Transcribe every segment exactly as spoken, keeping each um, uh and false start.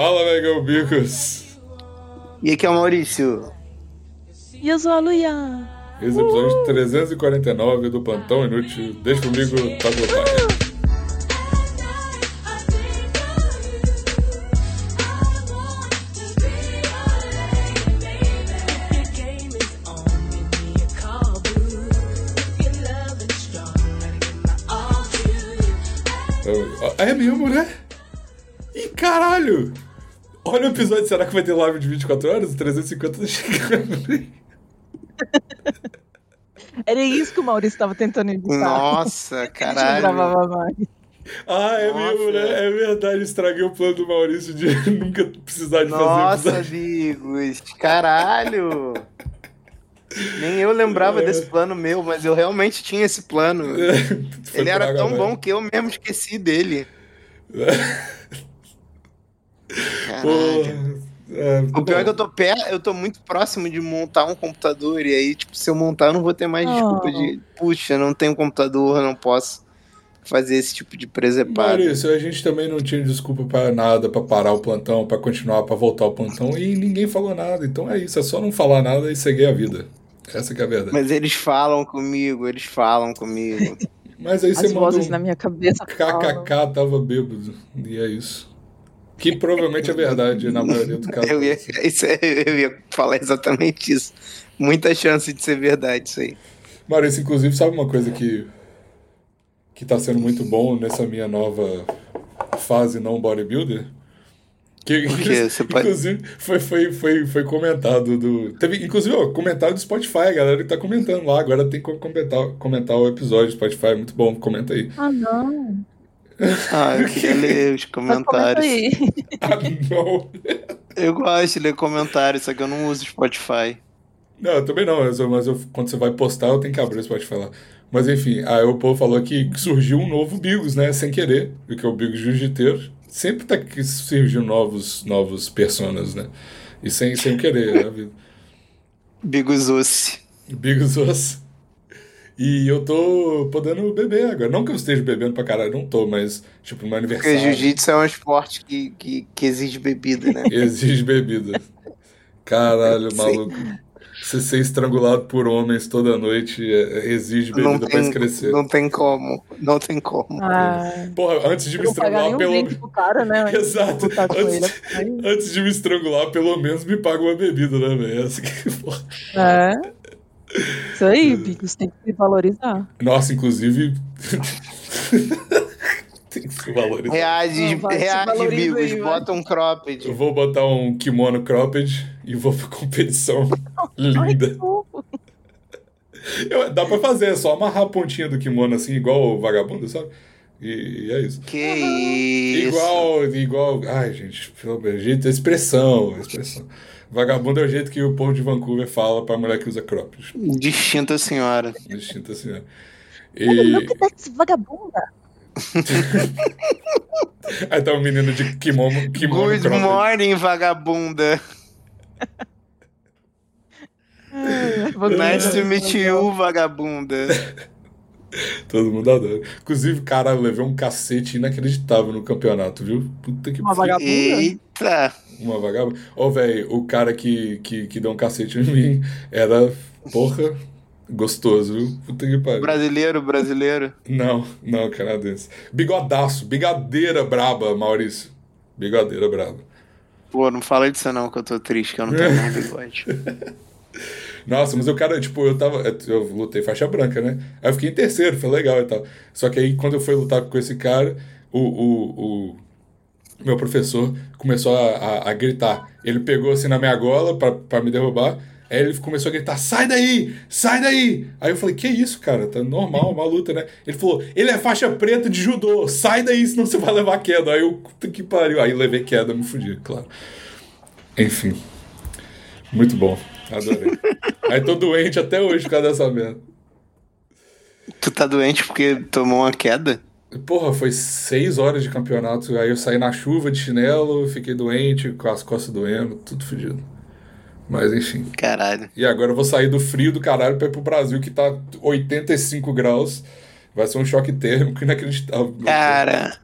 Fala, Megão Bicos. E aqui é o Maurício. E eu sou a Luia. Esse é o episódio uh! trezentos e quarenta e nove do Plantão Inútil. Deixa comigo, tá voltando. É mesmo, né? Ih, caralho! Olha o episódio, será que vai ter live de vinte e quatro horas? O trezentos e cinquenta tá chegando. Era isso que o Maurício estava tentando evitar. Nossa, caralho. A gente não gravava mais. Ah, é Nossa. mesmo, né? É verdade, estraguei o plano do Maurício de nunca precisar de Nossa, fazer Nossa, amigos, caralho! Nem eu lembrava é. desse plano meu, mas eu realmente tinha esse plano. É. Ele era tão bom que eu mesmo esqueci dele. Caralho. É, o pior bom. é que eu tô, pé, eu tô muito próximo de montar um computador, e aí, tipo, se eu montar, eu não vou ter mais oh. desculpa de, puxa, não tenho computador, não posso fazer esse tipo de presepada. Maurício, a gente também não tinha desculpa pra nada, pra parar o plantão, pra continuar, pra voltar ao plantão, e ninguém falou nada, então é isso, é só não falar nada e seguir a vida. Essa que é a verdade. Mas eles falam comigo, eles falam comigo. Mas aí As você manda vozes um na minha cabeça kkk, falam. Tava bêbado, e é isso. Que provavelmente é verdade na maioria do caso. Eu ia, isso, eu ia falar exatamente isso. Muita chance de ser verdade isso aí. Maurício, inclusive, sabe uma coisa que que tá sendo muito bom nessa minha nova fase não bodybuilder? Que, que você inclusive, pode... foi, foi, foi, foi comentado do... Teve, inclusive, ó, comentário do Spotify, a galera que tá comentando lá. Agora tem como comentar, comentar o episódio do Spotify, muito bom, comenta aí. Ah, não. Ah, eu queria ler os comentários. Aí. Ah, não. Eu gosto de ler comentários, só que eu não uso Spotify. Não, eu também não, mas, eu, mas eu, quando você vai postar, eu tenho que abrir o Spotify lá. Mas enfim, aí o povo falou que surgiu um novo Bigos, né, sem querer, porque é o Bigos Jiu-Jiteiro. Sempre tá que surgiu novos, novos personas, né, e sem, sem querer, né, vida. Bigos Ossi. Bigos Ossi. E eu tô podendo beber agora. Não que eu esteja bebendo pra caralho, não tô, mas, tipo, no meu aniversário. Porque jiu-jitsu é um esporte que, que, que exige bebida, né? Exige bebida. Caralho, maluco. Você ser estrangulado por homens toda noite é, exige bebida não tem, pra escrecer. Não tem como, não tem como. Ah, Porra, antes de me estrangular, pelo menos. Cara, né? Exato. Antes, antes de me estrangular, pelo menos me paga uma bebida, né, velho? Essa que porra. É. Isso aí, Bigos, tem que se valorizar. Nossa, inclusive. Tem que se valorizar. Reage, não, reage Bigos, aí, bota um cropped. Eu vou botar um kimono cropped e vou pra competição. Linda. Eu, dá pra fazer, é só amarrar a pontinha do kimono assim, igual o vagabundo, sabe? E, e é isso. Que isso? Igual, igual. Ai, gente, pelo jeito, expressão, expressão. Vagabundo é o jeito que o povo de Vancouver fala pra mulher que usa cropped. Distinta senhora. Distinta senhora. E... Look at that vagabunda. Aí tá um menino de kimono, kimono Good cropped. morning, vagabunda. Nice to meet you, vagabunda. Todo mundo adora. Inclusive, cara, eu levei um cacete inacreditável no campeonato, viu? Puta que Uma vagabunda? Eita! Uma vagabunda. Ô, oh, velho, o cara que, que, que deu um cacete em mim era, porra, gostoso, viu? Puta que pariu. Brasileiro, brasileiro? Não, não, canadense. Bigodaço, bigadeira braba, Maurício. Bigadeira braba. Pô, não fala disso não, que eu tô triste, que eu não tenho mais bigode. Nossa, mas o cara, tipo, eu tava. Eu lutei faixa branca, né? Aí eu fiquei em terceiro, foi legal e tal. Só que aí, quando eu fui lutar com esse cara, o, o, o meu professor começou a, a, a gritar. Ele pegou assim na minha gola pra, pra me derrubar. Aí ele começou a gritar: sai daí! Sai daí! Aí eu falei: que isso, cara? Tá normal, uma luta, né? Ele falou: ele é faixa preta de judô, sai daí, senão você vai levar queda. Aí eu, puta que pariu. Aí eu levei queda, me fudi, claro. Enfim. Muito bom. Adorei. Aí tô doente até hoje por causa dessa merda. Tu tá doente porque tomou uma queda? Porra, foi seis horas de campeonato. Aí eu saí na chuva de chinelo, fiquei doente, com as costas doendo, tudo fodido. Mas enfim. Caralho. E agora eu vou sair do frio do caralho pra ir pro Brasil, que tá oitenta e cinco graus. Vai ser um choque térmico inacreditável. Cara,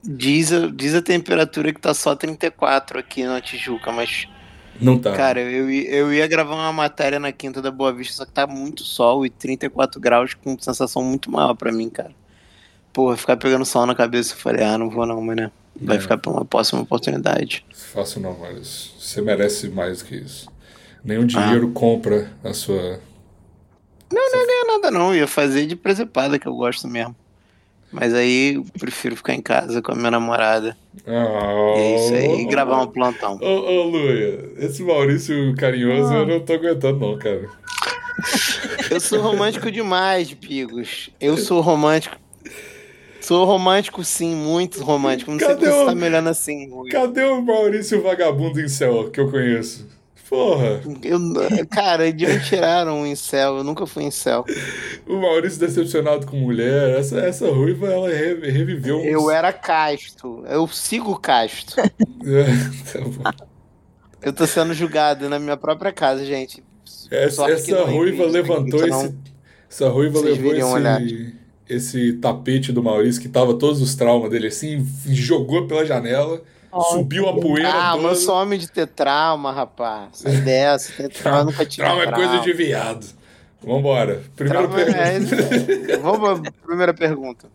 Diz a, diz a temperatura que tá só trinta e quatro aqui na Tijuca, mas... Não tá. Cara, eu, i- eu ia gravar uma matéria na Quinta da Boa Vista, só que tá muito sol e trinta e quatro graus com sensação muito maior pra mim, cara. Porra, ficar pegando sol na cabeça, eu falei, ah, não vou não, mas né? Vai É. ficar pra uma próxima oportunidade. Faço não, Maurício. Você merece mais do que isso. Nenhum dinheiro compra a sua... Não, não ia ganhar nada não, eu ia fazer de presepada, que eu gosto mesmo. Mas aí eu prefiro ficar em casa com a minha namorada. Ah, E é isso aí, e gravar um plantão. Ô, ô, Luia, esse Maurício carinhoso Ah. eu não tô aguentando não, cara. Eu sou romântico demais, Pigos. Eu sou romântico. Sou romântico sim, muito romântico. Não sei Cadê por que o- você tá me olhando assim, Rui. Cadê o Maurício vagabundo em céu que eu conheço? Porra, Eu, cara, de onde tiraram o incel? Eu nunca fui incel. o Maurício decepcionado com mulher, essa, essa ruiva, ela re- reviveu uns... Eu era casto. Eu sigo casto. Tá bom. Eu tô sendo julgado na minha própria casa, gente. Essa, Sorte que essa não é ruiva vídeo, levantou senão esse... Essa ruiva vocês levou viriam olhar. esse, esse tapete do Maurício, que tava todos os traumas dele assim, jogou pela janela, Nossa. subiu a poeira Ah, toda. mas eu sou homem de ter trauma, rapaz. Sai dessa, ter trauma, eu nunca tive Trauma é trauma. coisa de viado. Vambora. Primeira Trauma é pergunta. isso. Vamos pra primeira pergunta.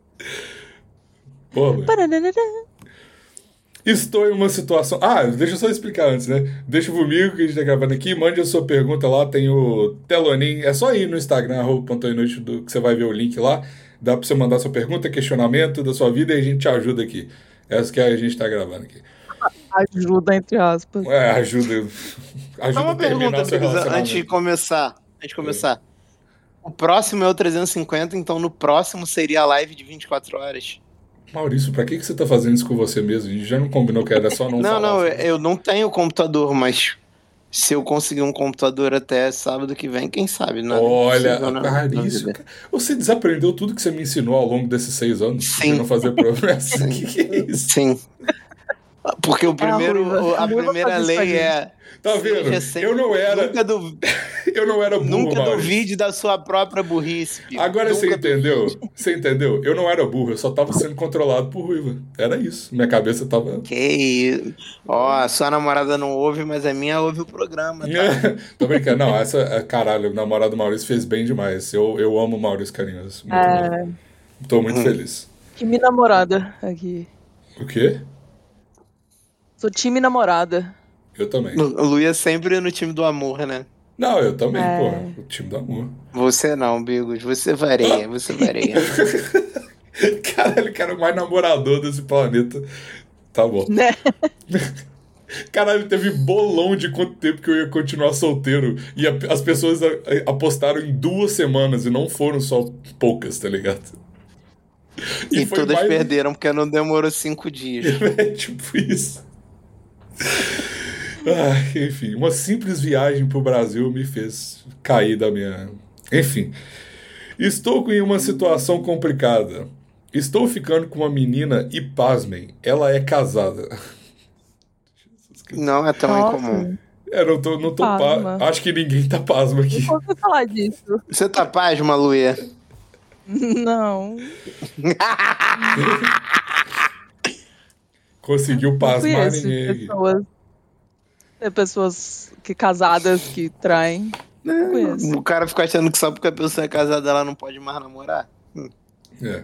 Pô, Lu. Parararara. Estou em uma situação. Ah, deixa eu só explicar antes, né? Deixa comigo que a gente tá gravando aqui. Mande a sua pergunta lá. Tem o Telonim. É só ir no Instagram, arroba ponto inútil, do- que você vai ver o link lá. Dá pra você mandar sua pergunta, questionamento da sua vida e a gente te ajuda aqui. Essa que a gente tá gravando aqui. Ajuda, entre aspas. É, ajuda. Ajuda Só uma a terminar pergunta, o seu Biguza, relacionamento. antes de começar. Antes de começar. O próximo é o trezentos e cinquenta, então no próximo seria a live de vinte e quatro horas. Maurício, pra que, que você tá fazendo isso com você mesmo? A gente já não combinou que era só não Não, falar. não, assim. eu não tenho computador, mas se eu conseguir um computador até sábado que vem, quem sabe, né? Olha, Impossível, né? Maurício, cara, você desaprendeu tudo que você me ensinou ao longo desses seis anos Sim. de não fazer promessa? O que, que é isso? Sim. Porque o primeiro, ruiva. o- a A ruiva primeira faz isso com a lei gente. é. Tá seja vendo? sempre- Eu não era, Nunca, du, eu não era burro, nunca Maurício. duvide da sua própria burrice, Pico. Agora você Nunca entendeu? duvide. Você entendeu? Eu não era burro, eu só tava sendo controlado por ruiva. Era isso. Minha cabeça tava. Que isso. Ó, a sua namorada não ouve, mas a minha ouve o programa, tá? Tô brincando. Não, essa. é- Caralho, o namorado do Maurício fez bem demais. Eu, eu amo o Maurício Carinhoso. Muito É. bom. Tô muito feliz. Time namorada aqui. O quê? Sou time namorada. Eu também. O Lu é sempre no time do amor, né? Não, eu também, É. porra. O time do amor. Você não, Bigos. Você vareia, você vareia. Caralho, o cara é o mais namorador desse planeta. Tá bom. Né? Caralho, teve bolão de quanto tempo que eu ia continuar solteiro. E a- as pessoas a- a- apostaram em duas semanas e não foram só poucas, tá ligado? E, foi todas mais- perderam porque não demorou cinco dias. É tipo isso. Ah, enfim, uma simples viagem pro Brasil me fez cair da minha. Enfim. Estou em uma situação complicada. Estou ficando com uma menina e, pasmem, ela é casada. Não é tão Nossa. incomum. É, não tô, não tô pa... Pasma. Acho que ninguém tá pasmo aqui. Não posso falar disso. Você tá pasma, Luia? Não. Conseguiu Não pasmar conheço ninguém aqui. pessoas. Tem pessoas que casadas que traem. Não conheço. O cara fica achando que só porque a pessoa é casada ela não pode mais namorar. É.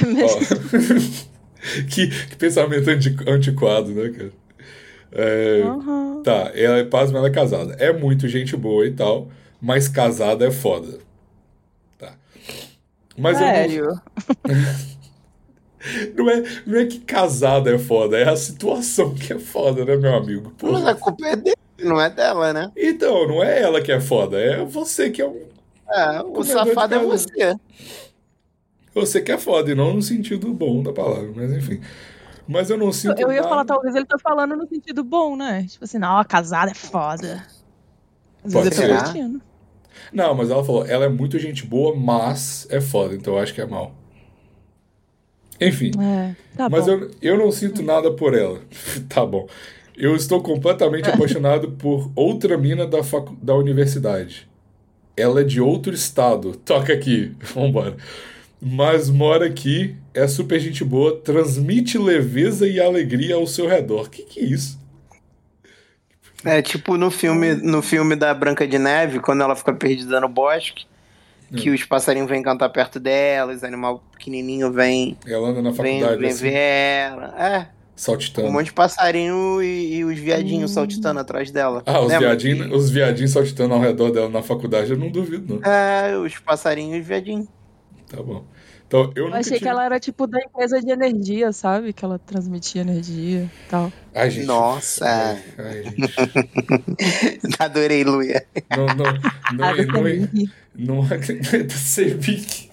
Ó. que, que pensamento anti- antiquado, né, cara? É, Aham. Tá, ela é pasma, ela é casada. É muito gente boa e tal, mas casada é foda. Tá. Mas eu Sério? não, não, é, não é que casada é foda, é a situação que é foda, né, meu amigo? Pô. Mas a culpa é dele, não é dela, né? Então, não é ela que é foda, é você que é um. É, o Comedor de safado é casa. você. Você que é foda, e não no sentido bom da palavra, mas enfim. Mas eu não sinto Eu ia nada. falar, talvez ele tá falando no sentido bom, né? Tipo assim, não, a casada é foda. Às Pode vezes eu ser. tô curtindo. Não, mas ela falou, ela é muito gente boa, mas é foda, então eu acho que é mal. Enfim, É, tá mas bom. eu, eu não sinto nada por ela. Tá bom. Eu estou completamente apaixonado por outra mina da, facu... da universidade. Ela é de outro estado. Toca aqui. Vambora. mas mora aqui, é super gente boa, transmite leveza e alegria ao seu redor. Que que é isso? É tipo no filme, no filme da Branca de Neve, quando ela fica perdida no bosque, que Hum. os passarinhos vêm cantar perto dela, os animais pequenininhos vêm, Ela anda na vêm, faculdade, vêm assim, ver ela. É, saltitando. um monte de passarinho e, e os viadinhos Hum. saltitando atrás dela. Ah, os Lembra viadinhos que- os viadinhos saltitando ao redor dela na faculdade, eu não duvido, não. É, os passarinhos e os viadinhos. Tá bom. Então, eu Eu nunca achei tive... que ela era tipo da empresa de energia, sabe? Que ela transmitia energia e tal. Ai, gente. Nossa. Ai, ai, gente. Adorei, Luia. Não, não, não, Ah, da não, Semig. não, não é da Semig.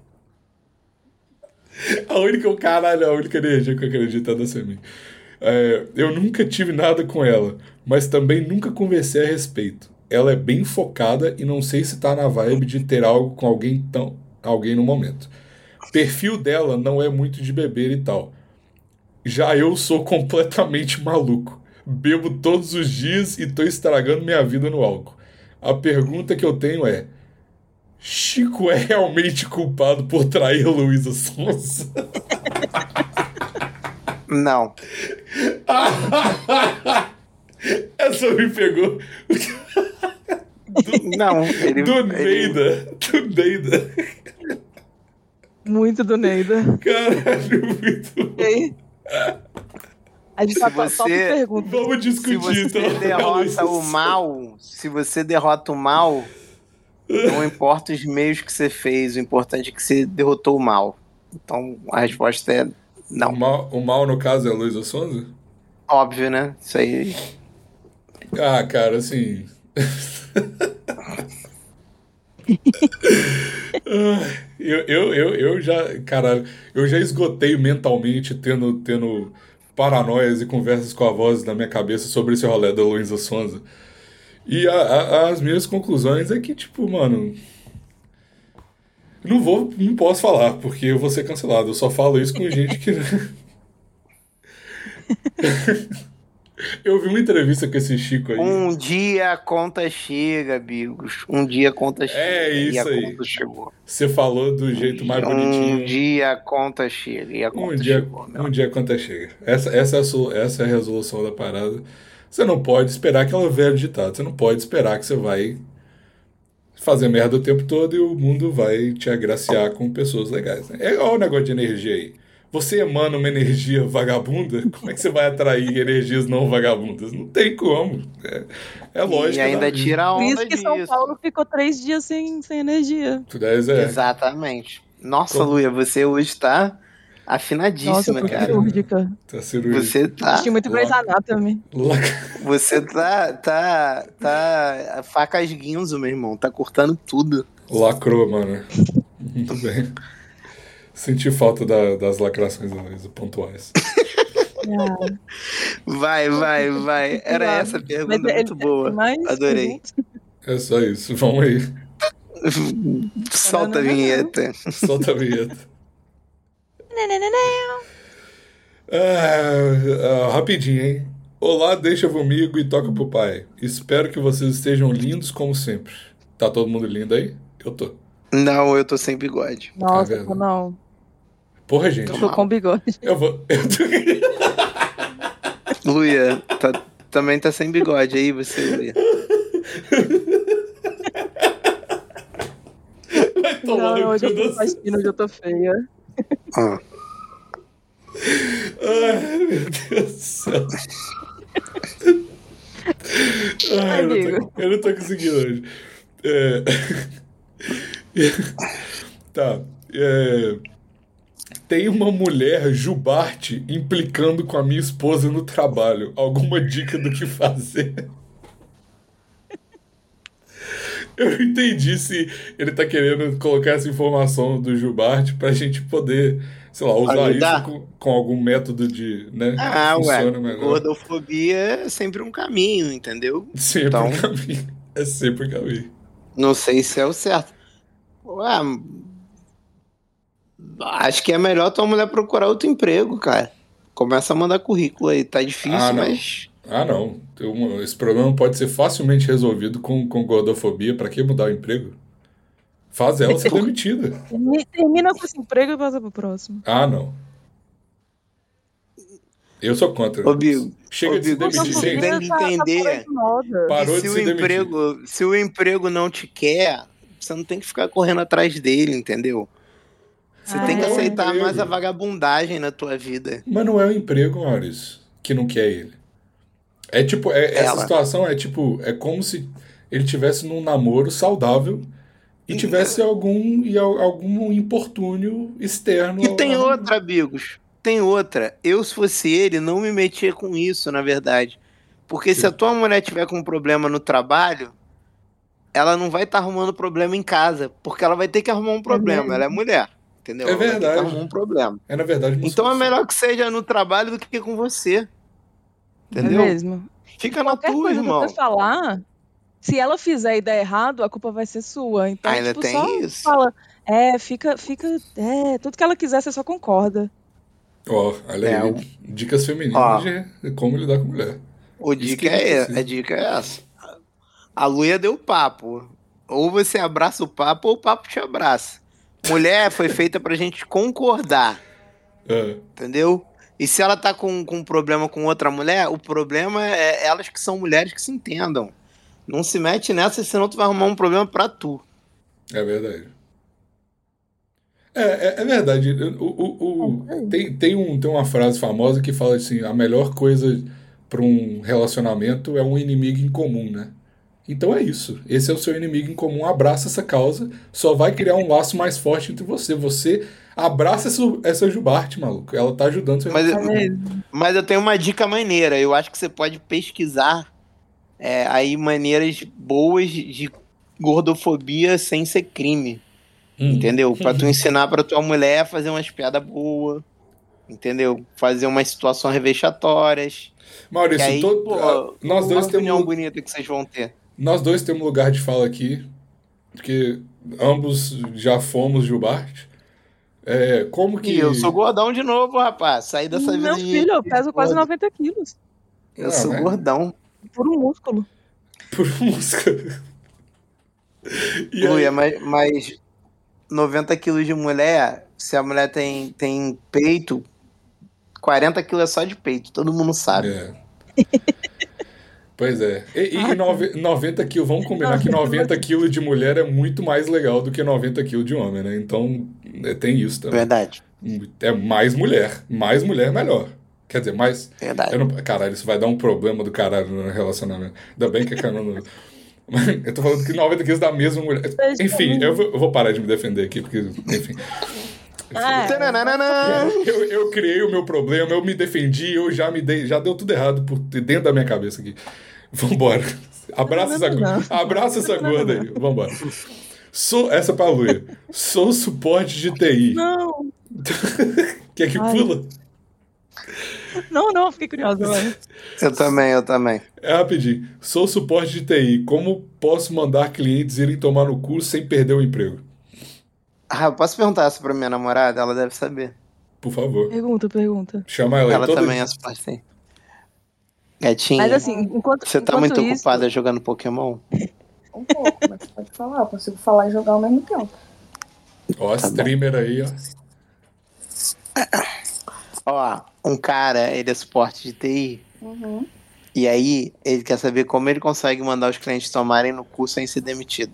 A única, caralho, a única energia que eu acredito é da Semig. É, eu nunca tive nada com ela, mas também nunca conversei a respeito. Ela é bem focada e não sei se tá na vibe de ter algo com alguém tão, alguém no momento. Perfil dela não é muito de beber e tal. Já eu sou completamente maluco. Bebo todos os dias e tô estragando minha vida no álcool. A pergunta que eu tenho é: Chico é realmente culpado por trair a Luísa Sonza? Não. Essa me pegou. Não, ele, Do ele- Neida. Do Neida. Muito do Neida. Caralho, muito bom. E aí? A gente Se tá só você- pergunta. Vamos se discutir, você então. derrota o mal, se você derrota o mal, não importa os meios que você fez, o importante é que você derrotou o mal. Então a resposta é O não. mal, o mal, no caso, é a Luísa Sonza? Óbvio, né? Isso aí. Ah, cara, assim. Ah, eu, eu, eu, eu já, cara, eu já esgotei mentalmente tendo, tendo paranoias e conversas com a voz na minha cabeça sobre esse rolê da Luísa Sonza. E a- a- as minhas conclusões é que, tipo, mano. Não vou, não posso falar, porque eu vou ser cancelado. Eu só falo isso com gente que. Eu vi uma entrevista com esse Chico aí. Um dia a conta chega, amigos. Um dia a conta chega. É E a isso aí. conta chegou. Você falou do jeito mais Um bonitinho. dia a conta chega. E a Um conta dia, chegou, meu. um dia a conta chega. Essa, essa, é a solu- essa é a resolução da parada. Você não pode esperar que ela venha ditado. Você não pode esperar que você vai fazer merda o tempo todo e o mundo vai te agraciar com pessoas legais. Né? É igual o negócio de energia aí. Você emana uma energia vagabunda, como é que você vai atrair energias não vagabundas? Não tem como. É, é lógico. E ainda tira a Por onda isso que disso. São Paulo ficou três dias sem, sem energia. É, Exatamente. Nossa, Como- Luia, você hoje tá Nossa, afinadíssima, eu tô cara. cirúrgica. tá cirúrgico. Você tá. Assisti muito Grey's lá- Anatomy. Lá- Você tá. Tá. Tá. Facas guinzo, meu irmão. Tá cortando tudo. Lacrou, mano. Muito bem. Senti falta da- das lacrações da Luísa, pontuais. Ah, Vai, vai, vai. Era Obrigada. essa a pergunta mas ele- muito boa. tem mais Adorei. perguntas? É só isso. Vamos aí. Solta a vinheta. Solta a vinheta. Ah, ah, rapidinho, hein? Olá, deixa comigo e toca pro pai. Espero que vocês estejam lindos como sempre. Tá todo mundo lindo aí? Eu tô. Não, eu tô sem bigode. Nossa, vendo? tô não. Porra, gente. Tô com bigode. Eu vou. Eu tô... Luia, tá- também tá sem bigode aí, você, Luia. Vai tomar Não, no hoje cu eu tô da- faxina, hoje eu tô feia. Ah. Ai, meu Deus do céu. Ai, eu, não tô, Amigo. eu não tô conseguindo hoje. É... Tá. É... Tem uma mulher jubarte implicando com a minha esposa no trabalho. Alguma dica do que fazer? Eu não entendi se ele tá querendo colocar essa informação do jubarte pra gente poder, sei lá, usar Ajudar? isso com, com algum método de, né, Ah, que ué. funcione melhor. Gordofobia é sempre um caminho, entendeu? Sempre Então- um caminho. É sempre um caminho. Não sei se é o certo. Ué, acho que é melhor tua mulher procurar outro emprego, cara. Começa a mandar currículo aí. Tá difícil, Ah, não. mas. Ah, não. Tem uma- Esse problema pode ser facilmente resolvido com, com gordofobia. Pra que mudar o emprego? Faz ela ser demitida. Termina com esse emprego e passa pro próximo. Ah, não. Eu sou contra. Ô, Bigo, Chega ô, de se Bigo, demitir, você gente. tem que entender Parou que de se se o, demitir. emprego, se o emprego não te quer, você não tem que ficar correndo atrás dele, entendeu? Você Ah, tem que é. aceitar Emprego. mais a vagabundagem na tua vida. Mas não é o emprego, Maurício, que não quer ele. É tipo, é- essa Ela. situação é tipo, é como se ele tivesse num namoro saudável e tivesse algum e al- algum importúnio externo. E tem ao- outra, amigos. Tem outra. Eu, se fosse ele, não me metia com isso, na verdade. Porque se a tua mulher tiver com um problema no trabalho, ela não vai estar arrumando problema em casa. Porque ela vai ter que arrumar um problema. mesmo? Ela é mulher. Entendeu? É Ela vai ter que verdade. arrumar um problema. É na verdade uma Então é solução. melhor que seja no trabalho do que com você. Entendeu? É mesmo. Fica na Qualquer tua, coisa irmão. que você falar, se ela fizer e der errado, a culpa vai ser sua. Então, Ainda tipo, tem só isso. fala, é, fica, fica, é, tudo que ela quiser, você só concorda. Ó, olha É, aí. o- Dicas femininas Ó. de como lidar com mulher. O Isso dica que a gente é, precisa. a dica é essa. A Luia deu papo. Ou você abraça o papo, ou o papo te abraça. Mulher foi feita pra gente concordar, É. entendeu? E se ela tá com, com um problema com outra mulher, o problema é elas que são mulheres que se entendam. Não se mete nessa, senão tu vai arrumar um problema pra tu. É verdade. É, é, é verdade. O, o, o- tem, tem, um, tem uma frase famosa que fala assim: a melhor coisa para um relacionamento é um inimigo em comum, né? Então é isso. Esse é o seu inimigo em comum. Abraça essa causa, só vai criar um laço mais forte entre você. Você abraça essa, essa Jubarte, maluco. Ela tá ajudando seu Mas, relacionamento. mas eu tenho uma dica maneira. Eu acho que você pode pesquisar é, aí maneiras boas de gordofobia sem ser crime. Hum. Entendeu? Pra tu ensinar pra tua mulher a fazer umas piadas boas. Entendeu? Fazer umas situações revexatórias. Que Maurício, aí, todo- pô, ah, nós uma dois opinião temos. bonita que vocês vão ter. Nós dois temos lugar de fala aqui, porque ambos já fomos Gilbarte. É, como que. E eu sou gordão de novo, rapaz. Saí dessa vida Meu de... filho, eu peso quase gordo. noventa quilos. Eu Ah, sou mas- gordão. Por um músculo. Por música. E aí- Luia, mas, mas noventa quilos de mulher, se a mulher tem, tem peito, quarenta quilos é só de peito, todo mundo sabe. É. Pois é. E, e Ah, nove- noventa quilos, vamos combinar que noventa quilos de mulher é muito mais legal do que noventa quilos de homem, né? Então, é, tem isso também. Verdade, É mais mulher. Mais mulher é melhor. Quer dizer, mais. verdade. Eu não, caralho, isso vai dar um problema do caralho no relacionamento. Ainda bem que a Carol não. Eu tô falando que noventa quilos da mesma mulher. Enfim, eu vou, eu vou parar de me defender aqui, porque, enfim. Ah, Tananana. Eu, eu criei o meu problema, eu me defendi, eu já me dei, já deu tudo errado por dentro da minha cabeça aqui. Vambora. Abraça essa, Não, não, não. abraça essa gorda aí. Vambora. Sou, essa pra Luia. Sou suporte de T I. Não, Quer que Ai. pula? não, não, fiquei curiosa. Vai. Eu também, eu também. É rapidinho. Sou suporte de T I. Como posso mandar clientes irem tomar no cu sem perder o emprego? Ah, eu posso perguntar isso pra minha namorada? Ela deve saber. Por favor. Pergunta, pergunta. Chama ela aí. Ela Todo- também é suporte. sim. Gatinha, Mas assim, enquanto. você tá enquanto muito isso, ocupada jogando Pokémon? Um pouco, mas pode falar. Eu consigo falar e jogar ao mesmo tempo. Ó, Tá bom. streamer aí, ó. Ó, um cara, ele é suporte de T I. Uhum. E aí, ele quer saber como ele consegue mandar os clientes tomarem no cu sem ser demitido.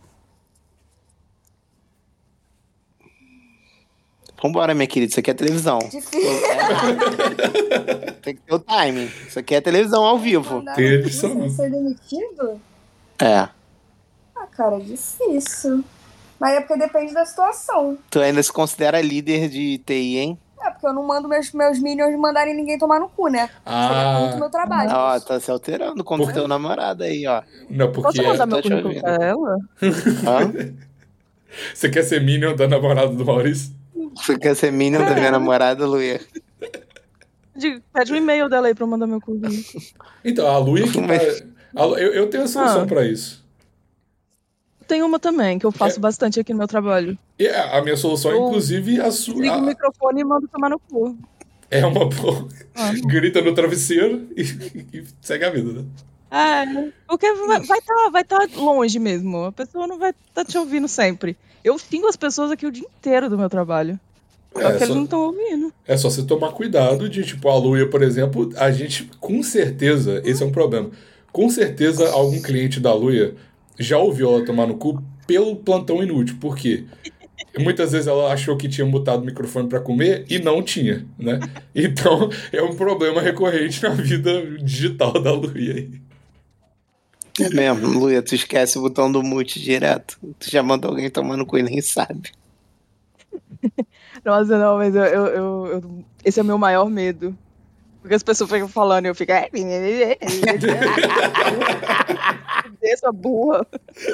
Vambora, minha querida, isso aqui é televisão. Difícil. É. Tem que ter o timing. Isso aqui é televisão ao vivo. Mandar Tem no cu edição, sem né? ser demitido? É. Ah, cara, é difícil. Mas é porque depende da situação. Tu ainda se considera líder de T I, hein? É porque eu não mando meus, meus minions mandarem ninguém tomar no cu, né? Seria muito Ah, meu trabalho. Ó, tá se alterando contra o Por- teu namorado aí, ó. não, porque posso mandar Tô meu te currículo ouvindo. pra ela? Hã? você quer ser minion da namorada do Maurício? Você quer ser minion da minha namorada, Luia? De- Pede um e-mail dela aí pra eu mandar meu currículo. Então, a Luia que tá... a Lu- eu, eu tenho a solução Ah. pra isso. Tem uma também, que eu faço É. bastante aqui no meu trabalho. E a a minha solução é, Eu inclusive, a Ligo o sua... microfone e mando tomar no cu. É uma... porra. Ah. Grita no travesseiro e, e segue a vida, né? É, porque vai estar tá, vai tá longe mesmo. A pessoa não vai estar tá te ouvindo sempre. Eu xingo as pessoas aqui o dia inteiro do meu trabalho. Só É, que eles só- não estão ouvindo. É só você tomar cuidado de, tipo, a Luia, por exemplo, a gente, com certeza, esse é um problema. Com certeza, algum cliente da Luia já ouviu ela tomar no cu pelo plantão inútil. Por quê? Muitas vezes ela achou que tinha mutado o microfone pra comer e não tinha, né? Então, é um problema recorrente na vida digital da Luia aí. É mesmo, Luia, tu esquece o botão do mute direto. Tu já mandou alguém tomar no cu e nem sabe. Nossa, não, mas eu, eu, eu- eu- esse é o meu maior medo. Porque as pessoas ficam falando e eu fico. Essa burra.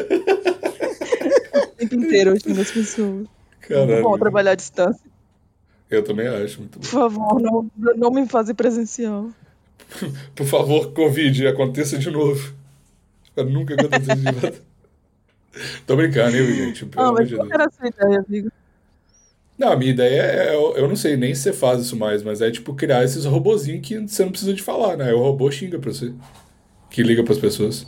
O tempo inteiro eu xingo as pessoas. Muito Caralho. bom trabalhar à distância. Eu também acho muito Por bom. favor, não, não me fazer presencial. Por favor, Covid, aconteça de novo. Nunca aconteceu de novo. Tô brincando, hein, gente? Pelo Ah, amor mas de qual Deus. era a sua ideia, amigo? Não, a minha ideia é, eu, eu não sei nem se você faz isso mais, mas é tipo criar esses robozinhos que você não precisa de falar, né? O robô xinga pra você. Que liga pras pessoas.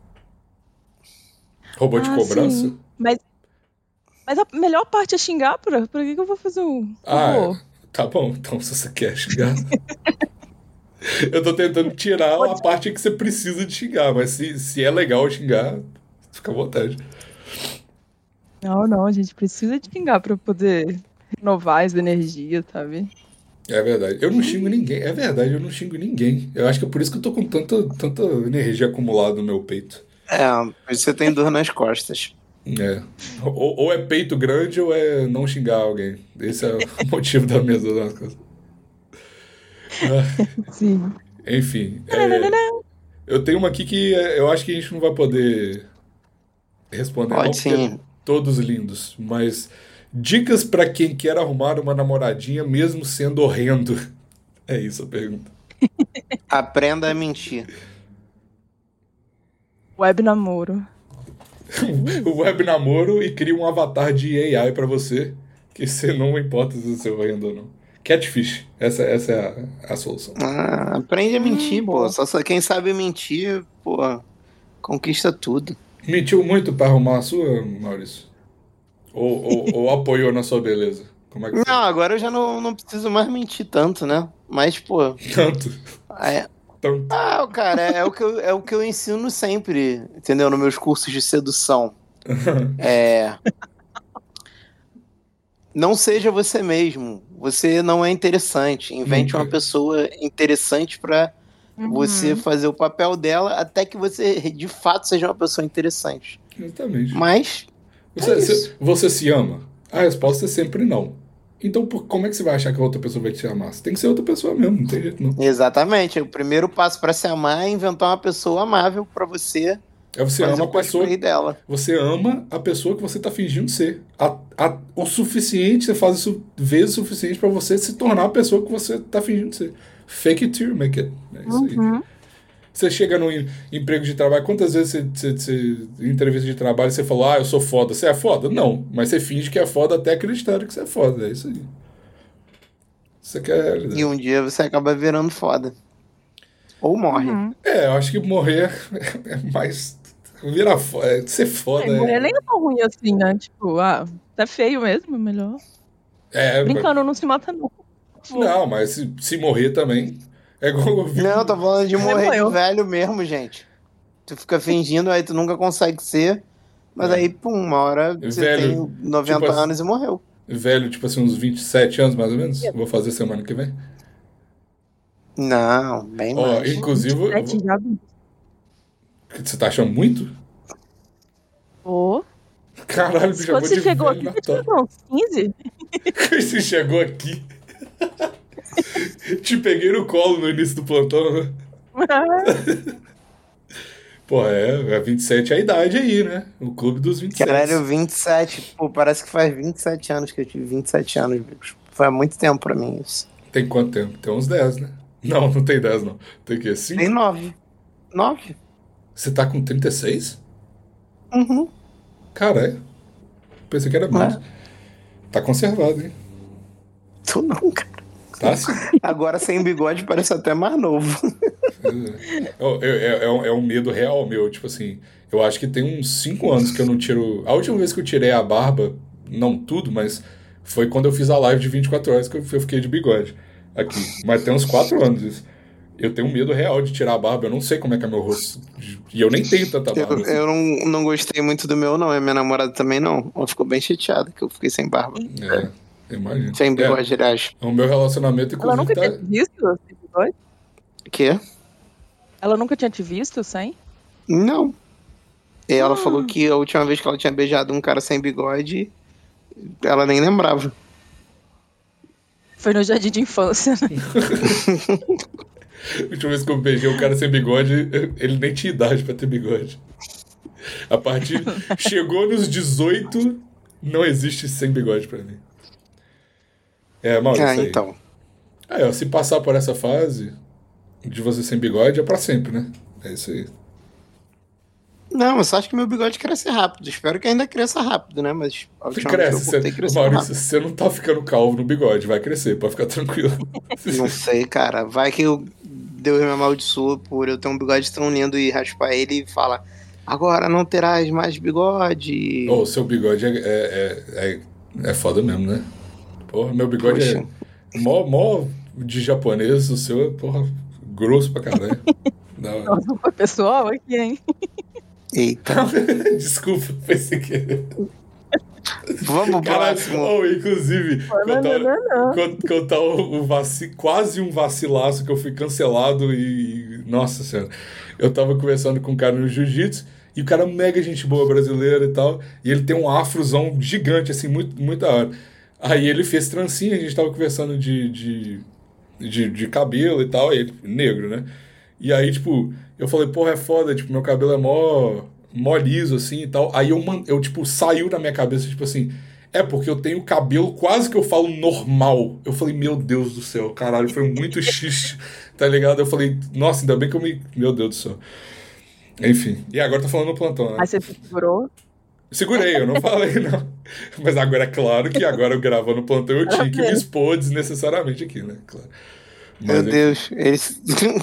Robô de Ah, cobrança? sim. Mas, mas a melhor parte é xingar, pra, pra que, que eu vou fazer um robô? Ah, tá bom. Então, se você quer xingar. Eu tô tentando tirar a parte que você precisa de xingar, mas se, se é legal xingar, fica à vontade. Não, não, a gente precisa de xingar pra poder renovar as energias, sabe? É verdade. Eu não xingo ninguém. É verdade, eu não xingo ninguém. Eu acho que é por isso que eu tô com tanta, tanta energia acumulada no meu peito. É, por isso você tem dor nas costas. É. Ou, ou é peito grande ou é não xingar alguém. Esse é o motivo da mesa das coisas. Ah, Sim. enfim. é, eu tenho uma aqui que é, eu acho que a gente não vai poder responder, não, Pode porque sim. todos lindos. Mas dicas pra quem quer arrumar uma namoradinha mesmo sendo horrendo. É isso a pergunta. Aprenda a mentir. Web namoro. O web namoro e cria um avatar de A I pra você, que você não importa se você é horrendo ou não. Catfish. Essa, essa é a, a solução. Ah, aprende a mentir, Hum, pô. boa. Só, só quem sabe mentir, pô, conquista tudo. Mentiu muito pra arrumar a sua, Maurício? Ou, ou, ou apoiou na sua beleza? Como é que foi? Não, agora eu já não, não preciso mais mentir tanto, né? Mas, pô, Tanto. é, Tanto. ah, cara, é, é o que eu, é o que eu ensino sempre, entendeu? Nos meus cursos de sedução. É. Não seja você mesmo. Você não é interessante. Invente Nunca. uma pessoa interessante pra você Uhum. fazer o papel dela até que você de fato seja uma pessoa interessante. Exatamente. Mas Você, é você, isso. você se ama? A resposta é sempre não. Então, por, como é que você vai achar que a outra pessoa vai te amar? Você tem que ser outra pessoa mesmo, não tem jeito não. Exatamente. O primeiro passo pra se amar é inventar uma pessoa amável pra você É você fazer ama o a pessoa. cosplay dela. Você ama a pessoa que você tá fingindo ser. A, a, o suficiente, você faz isso vezes o suficiente pra você se tornar a pessoa que você tá fingindo ser. Fake it till you make it. É isso aí. Uhum. Você chega num em- emprego de trabalho, quantas vezes você, você, você- em entrevista de trabalho você falou, ah, eu sou foda. Você é foda? Não. Mas você finge que é foda até acreditar que você é foda. É isso aí. Isso aqui é a realidade. E um dia você acaba virando foda. Ou morre. Uhum. É, eu acho que morrer é mais. Virar foda. É, ser foda É, morrer é. nem é tão ruim assim, né? Tipo, ah, tá feio mesmo, é melhor. É, Brincando, não se mata não. não, mas se, se morrer também. É igual eu vi. Não, eu tô falando de morrer morreu. de velho mesmo, gente. Tu fica fingindo, aí tu nunca consegue ser. Mas É. aí, pum, uma hora você Velho, tem noventa tipo assim- anos e morreu. Velho, tipo assim, uns vinte e sete anos mais ou menos. Vou fazer semana que vem. Não, bem Ó, mais. inclusive. eu Sete vou- já. Você tá achando muito? Pô. Caralho, me chamou Quando você de chegou velho aqui, você Natal. tinha uns quinze? Você chegou aqui. Te peguei no colo no início do plantão, né? Pô, é, é vinte e sete é a idade aí, né? O clube dos vinte e sete. Caralho, vinte e sete. Pô, parece que faz vinte e sete anos que eu tive vinte e sete anos, bicho. Foi há muito tempo pra mim isso. Tem quanto tempo? Tem uns dez, né? Não, não tem dez, não. Tem o quê? cinco? Tem nove. Nove? Você tá com trinta e seis? Uhum. Caralho. Pensei que era mais. É. Tá conservado, hein? Tu não, cara. Tá sim. Agora sem bigode parece até mais novo. É, é, é, um, é um medo real meu, tipo assim, eu acho que tem uns cinco anos que eu não tiro... A última vez que eu tirei a barba, não tudo, mas foi quando eu fiz a live de vinte e quatro horas que eu fiquei de bigode aqui. Mas tem uns quatro anos isso. Eu tenho medo real de tirar a barba, eu não sei como é que é meu rosto. E eu nem tenho tanta barba. Eu, assim. eu não, não gostei muito do meu, não. E a minha namorada também não. Ela ficou bem chateada que eu fiquei sem barba. É, imagina. Sem bigode, é, aliás. O meu relacionamento, Ela inclusive, nunca tá... tinha te visto sem bigode? O quê? Ela nunca tinha te visto sem? Não. E ela Ah. falou que a última vez que ela tinha beijado um cara sem bigode, ela nem lembrava. Foi no jardim de infância, né? A última vez que eu beijei um cara sem bigode, ele nem tinha idade pra ter bigode. A partir... Chegou nos dezoito, não existe sem bigode pra mim. É, Maurício, Ah, aí. então. É, ó, se passar por essa fase de você sem bigode, é pra sempre, né? É isso aí. Não, eu só acho que meu bigode cresce rápido. Espero que ainda cresça rápido, né? Mas a última vez que Cresce. eu cortei, Você... cresceu Maurício, rápido. você não tá ficando calvo no bigode, vai crescer, pode ficar tranquilo. Não sei, cara. Vai que eu... Deus me amaldiçoa por eu ter um bigode tão lindo e raspar ele e fala: agora não terás mais bigode. Ô, o seu bigode é, é, é, é foda mesmo, né? Porra, meu bigode Poxa. é mó, mó de japonês, o seu é, porra, grosso pra caralho. Não. Nossa, foi pessoal aqui, hein? Eita. Desculpa, foi sem querer. Vamos pro Caralho, próximo. oh, inclusive, Não, não, contar, não, não. cont- contar o, o vaci, quase um vacilaço que eu fui cancelado e. Nossa senhora. Eu tava conversando com um cara no jiu-jitsu e o cara é mega gente boa brasileira e tal. E ele tem um afrozão gigante, assim, muito, muito da hora. Aí ele fez trancinha, a gente tava conversando de, de, de, de cabelo e tal, e ele, negro, né? E aí, tipo, eu falei, porra, é foda, tipo, meu cabelo é mó, mó liso, assim, e tal. Aí eu, man- eu, tipo, saiu da minha cabeça, tipo assim, é porque eu tenho cabelo quase que eu falo normal. Eu falei, meu Deus do céu, caralho, foi muito xixi, tá ligado? Eu falei, nossa, ainda bem que eu me... Meu Deus do céu. Enfim, e agora tô falando no plantão, né? Aí você se segurou. Segurei, eu não falei, não. Mas agora é claro que agora eu gravando no plantão eu tinha que me expor desnecessariamente aqui, né? Claro. Meu Mas, Deus. Eles...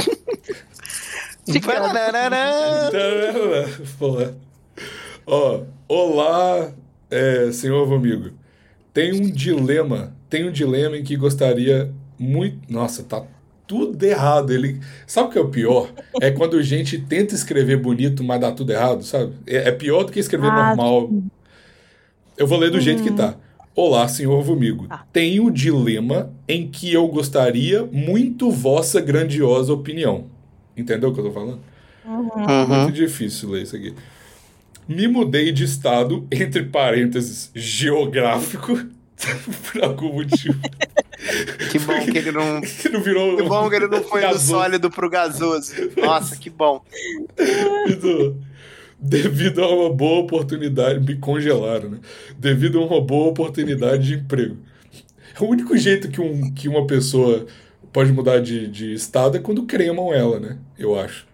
Pararará. Porra. Ó, olá, é, senhor amigo. Tem um dilema, tem um dilema em que gostaria muito... Nossa, tá tudo errado. Ele... Sabe o que é o pior? É quando gente tenta escrever bonito, mas dá tudo errado, sabe? É, é pior do que escrever Ah, normal. Eu vou ler do jeito que tá. Olá, senhor amigo. Tá. Tenho um dilema em que eu gostaria muito vossa grandiosa opinião. Entendeu o que eu tô falando? Uhum. Muito difícil ler isso aqui. Me mudei de estado, entre parênteses, geográfico, por algum motivo. Que bom que ele não. Que não virou. Que bom que ele não foi do gasoso. sólido pro gasoso. Nossa, que bom. Devido- Devido a uma boa oportunidade, me congelaram, né? Devido a uma boa oportunidade de emprego. O único jeito que, um, que uma pessoa pode mudar de, de estado é quando cremam ela, né? Eu acho.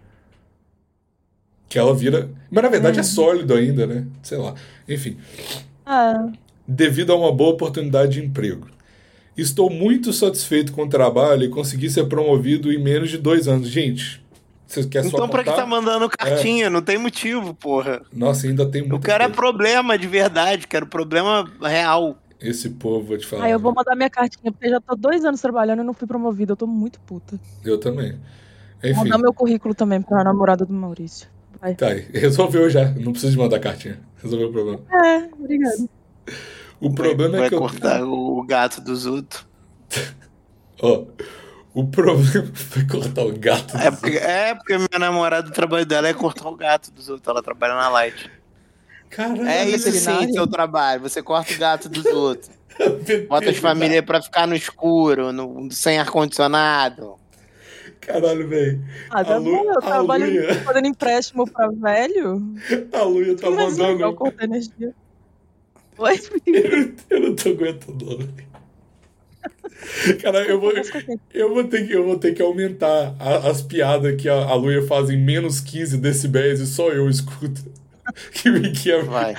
Que ela vira. Mas na verdade é sólido ainda, né? Sei lá. Enfim. Ah, Devido a uma boa oportunidade de emprego. Estou muito satisfeito com o trabalho e consegui ser promovido em menos de dois anos. Gente, você quer só Então pra que contar? tá mandando cartinha? Não tem motivo, porra. Nossa, ainda tem muito. Eu quero é problema de verdade, quero problema real. Esse povo, vou te falar. aí eu vou mandar minha cartinha, porque eu já tô dois anos trabalhando e não fui promovida. Eu tô muito puta. Eu também. Vou Enfim, mandar meu currículo também pra namorada do Maurício. Vai. tá aí. Resolveu já. Não precisa de mandar cartinha. Resolveu o problema. É, obrigado. O problema vai é que eu... cortar o gato dos outros. Ó, o problema foi cortar o gato. É porque, é porque minha namorada, o trabalho dela é cortar o gato dos outros. Ela trabalha na Light. Caralho. É isso sim, veterinária? seu trabalho. Você corta o gato dos outros. Bota as famílias pra ficar no escuro, no, sem ar-condicionado. Caralho, velho. Ah, tá A Lu- bom, eu a trabalho Luia- fazendo empréstimo pra velho. A Luia tá Mas legal mandando... cortar energia. Oi, Eu não, eu não tô aguentando, não. Cara, eu vou, eu, vou ter que, eu vou ter que aumentar a- as piadas que a, a Luia faz em menos quinze decibéis e só eu escuto. Que me que é Vai.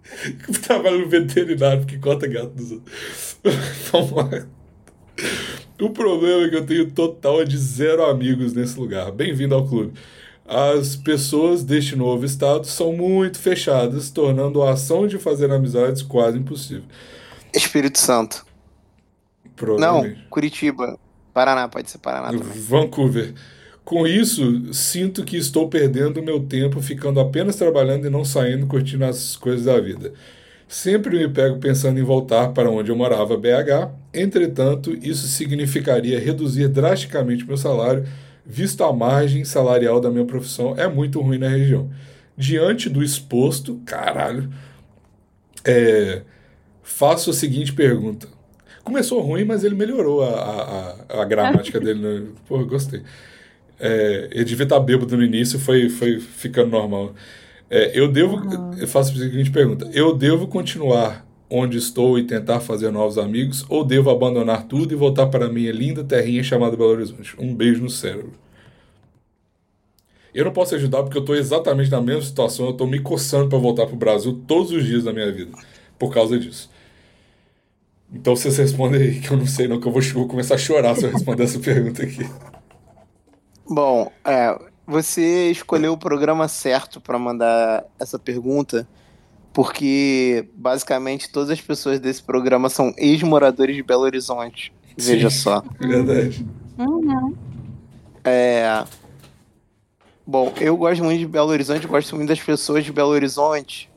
trabalho no veterinário porque corta gato dos outros. Vamos lá. O problema é que eu tenho total de zero amigos nesse lugar. Bem-vindo ao clube. As pessoas deste novo estado são muito fechadas, tornando a ação de fazer amizades quase impossível. Espírito Santo. Não, Provavelmente. Curitiba. Paraná, pode ser Paraná também. Vancouver. Com isso, sinto que estou perdendo meu tempo ficando apenas trabalhando e não saindo curtindo as coisas da vida. Sempre me pego pensando em voltar para onde eu morava, B H. Entretanto, isso significaria reduzir drasticamente meu salário, visto a margem salarial da minha profissão é muito ruim na região. Diante do exposto, caralho, é, faço a seguinte pergunta. Começou ruim, mas ele melhorou a, a, a, a gramática dele. Né? Pô, eu gostei. É, ele devia estar bêbado no início, foi, foi ficando normal. É, eu devo. Eu faço a seguinte pergunta: eu devo continuar onde estou e tentar fazer novos amigos, ou devo abandonar tudo e voltar para a minha linda terrinha chamada Belo Horizonte? Um beijo no cérebro. Eu não posso ajudar porque eu estou exatamente na mesma situação. Eu estou me coçando para voltar para o Brasil todos os dias da minha vida por causa disso. Então vocês respondem aí, que eu não sei não, que eu vou, vou começar a chorar se eu responder essa pergunta aqui. Bom, é, você escolheu o programa certo para mandar essa pergunta, porque basicamente todas as pessoas desse programa são ex-moradores de Belo Horizonte. Veja Sim, só. verdade. Uhum. É, bom, eu gosto muito de Belo Horizonte, gosto muito das pessoas de Belo Horizonte,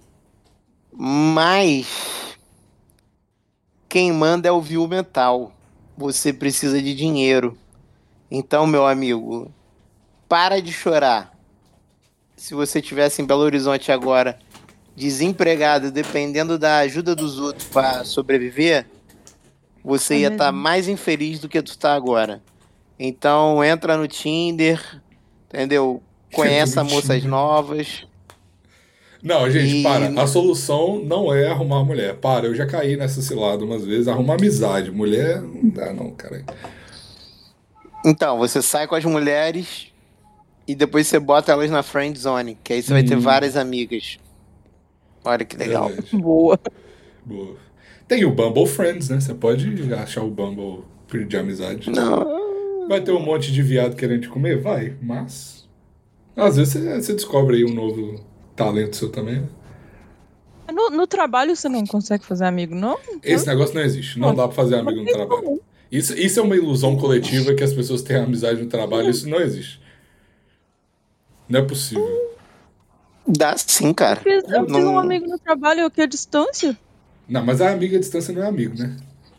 mas quem manda é o Viu Mental. Você precisa de dinheiro. Então, meu amigo, para de chorar. Se você estivesse em Belo Horizonte agora, desempregado, dependendo da ajuda dos outros para sobreviver, você É ia estar mesmo. mais infeliz do que tu tá agora. Então, entra no Tinder, entendeu? Conheça moças novas. Não, gente, E para. A solução não é arrumar mulher. Para, eu já caí nessa cilada umas vezes. Arrumar amizade. Mulher não dá, não, cara. então, você sai com as mulheres e depois você bota elas na friend zone, que aí você vai ter Hum, várias amigas. Olha que legal. verdade. Boa. Boa. Tem o Bumble Friends, né? Você pode achar o Bumble de amizade. Não. Vai ter um monte de viado querendo te comer? Vai, mas às vezes você, você descobre aí um novo talento seu também, né? No, no trabalho você não consegue fazer amigo, não? Esse negócio não existe. Não dá pra fazer amigo no trabalho. Isso, isso é uma ilusão coletiva que as pessoas têm amizade no trabalho. Isso não existe. Não é possível. Dá sim, cara. Eu fiz, eu fiz um Não- amigo no trabalho aqui à distância. Não, mas a amiga à distância não é amigo, né?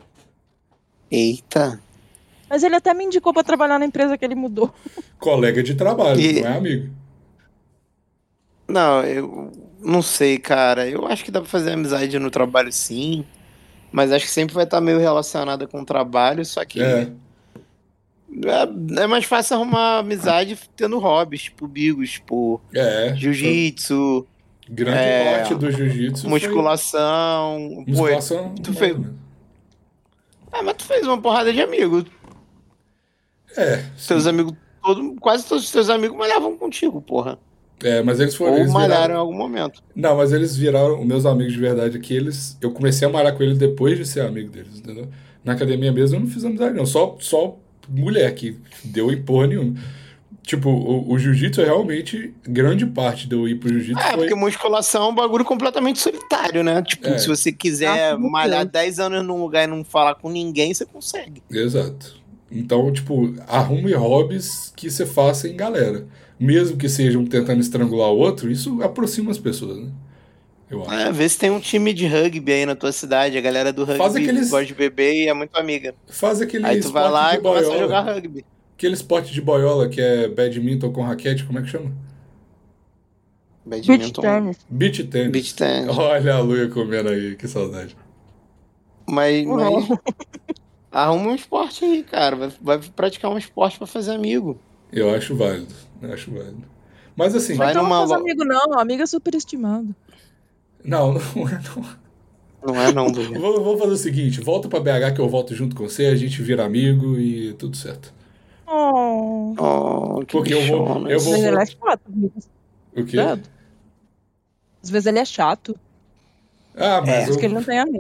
Eita. Mas ele até me indicou pra trabalhar na empresa que ele mudou. Colega de trabalho, E- não é amigo. Não, eu não sei, cara. Eu acho que dá pra fazer amizade no trabalho sim, mas acho que sempre vai estar meio relacionada com o trabalho, só que É. é, é mais fácil arrumar amizade tendo hobbies, tipo bigos, tipo É. jiu-jitsu, Grande É, parte do jiu-jitsu foi musculação. Pô, musculação. tu fez- né? ah, mas tu fez uma porrada de amigos. É, Teus sim. amigos, todo, quase todos os teus amigos malhavam contigo, porra. É, mas eles foram. Ou Eles malharam em viraram. algum momento. Não, mas eles viraram os meus amigos de verdade aqui. Eles, eu comecei a malhar com eles depois de ser amigo deles, entendeu? Na academia mesmo eu não fiz amizade, não. Só, só mulher que deu em porra nenhuma. Tipo, o, o jiu-jitsu é realmente. Grande parte de eu ir pro jiu-jitsu Ah, foi. porque musculação é um bagulho completamente solitário, né? Tipo, É. se você quiser Ah, meu malhar Deus. dez anos num lugar e não falar com ninguém, você consegue. Exato. Então, tipo, arrume hobbies que você faça em galera. Mesmo que sejam tentando estrangular o outro, isso aproxima as pessoas, né? Eu acho. É, vê se tem um time de rugby aí na tua cidade. A galera do rugby Faz aqueles- gosta de beber e é muito amiga. Faz aquele Aí tu vai esporte lá de e começa a boiola. jogar rugby. Aquele esporte de boiola que é badminton com raquete, como é que chama? Beach Badminton. tennis. Beach tennis. Beach tennis. Olha a Luia comendo aí, que saudade. Mas, mas Uhum. arruma um esporte aí, cara. Vai, vai praticar um esporte pra fazer amigo. Eu acho válido. Eu acho válido. Mas assim, Vai Então não numa faz lo- amigo, não. Amigo é superestimado. não, não é não. Não é não, Luia. Vou, vou fazer o seguinte, volta pra B H que eu volto junto com você, a gente vira amigo e tudo certo. Oh. Oh, que Porque eu vou- bichona. eu vou- Às vezes ele é chato, amigo. O quê? Certo? Às vezes ele é chato. Ah, mas É. eu... Diz que ele não tem amigo.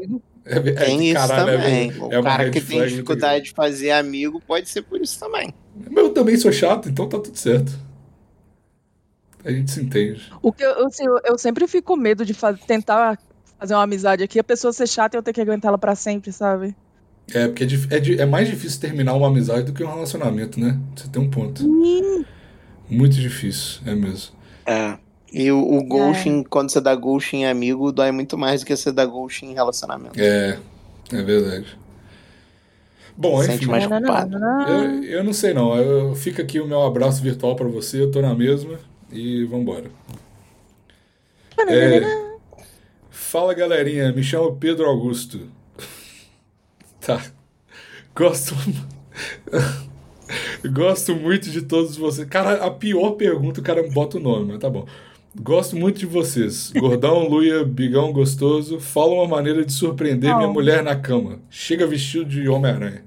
É, é, Tem isso caralho, também. é, O é uma cara red que tem flag muito dificuldade de fazer amigo pode ser por isso também. grande. Mas eu também sou chato, então tá tudo certo. A gente se entende. O que eu, eu, assim, eu- eu sempre fico com medo de fa- tentar fazer uma amizade aqui, a pessoa ser chata e eu ter que aguentar ela pra sempre, sabe? É, porque é, dif- é, di- é mais difícil terminar uma amizade do que um relacionamento, né? Você tem um ponto. Sim. Muito difícil, é mesmo. É. E o, o É. ghosting, quando você dá ghosting em amigo, dói muito mais do que você dá ghosting em relacionamento. É, é verdade. Bom, Sente enfim, mais culpado. eu, eu não sei não. Eu, fica aqui o meu abraço virtual pra você, eu tô na mesma e vambora. É, fala galerinha, me chamo Pedro Augusto. Tá. Gosto. Gosto muito de todos vocês. Cara, a pior pergunta, o cara bota o nome, mas tá bom. Gosto muito de vocês. Gordão, Luia, Bigão gostoso. Fala uma maneira de surpreender minha Oh. mulher na cama. Chega vestido de Homem-Aranha.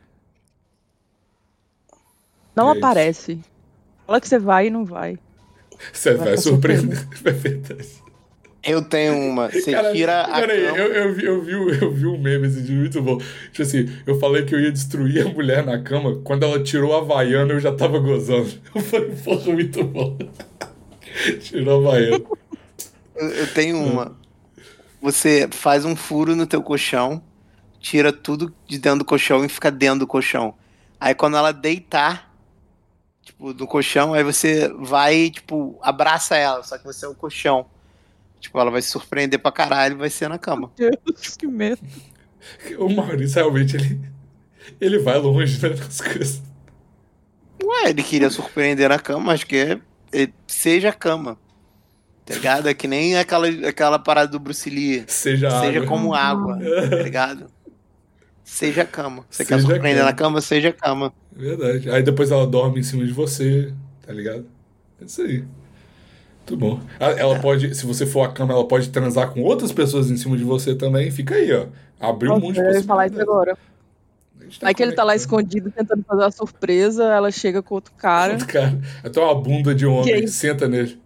Não É isso. aparece. Fala que você vai e não vai. Você Vai vai ficar surpreender. É verdade. Eu tenho uma. Você Cara, tira a peraí, cama. eu, eu, vi, eu, vi, o- eu vi um meme esse dia muito bom. Tipo assim, eu falei que eu ia destruir a mulher na cama. Quando ela tirou a Havaiana, eu já tava gozando. Eu falei, porra, muito bom. Tirou a Havaiana. Eu, eu tenho uma. Você faz um furo no teu colchão, tira tudo de dentro do colchão e fica dentro do colchão. Aí quando ela deitar, tipo, no colchão, aí você vai, tipo, abraça ela, só que você é o colchão. Tipo, ela vai se surpreender pra caralho e vai ser na cama. Deus, que medo. O Maurício realmente, ele, ele vai longe, né, nas coisas. Ué, ele queria surpreender na cama, acho que é, é- seja a cama. Tá ligado? É que nem aquela, aquela parada do Bruce Lee. Seja, Seja água. como água, tá ligado? Seja a cama. Você quer Seja a surpreender cama. na cama, seja a cama. Verdade. Aí depois ela dorme em cima de você, tá ligado? É isso aí. Muito bom. Ah, Ela pode, se você for a cama, ela pode transar com outras pessoas em cima de você também. Fica aí, ó. Abriu um Nossa, monte de eu ia falar isso possibilidades. agora. A gente tá Aí que ele tá lá conectando. escondido tentando fazer uma surpresa, ela chega com outro cara. Outro cara. Até uma bunda de E homem. aí? Senta nele.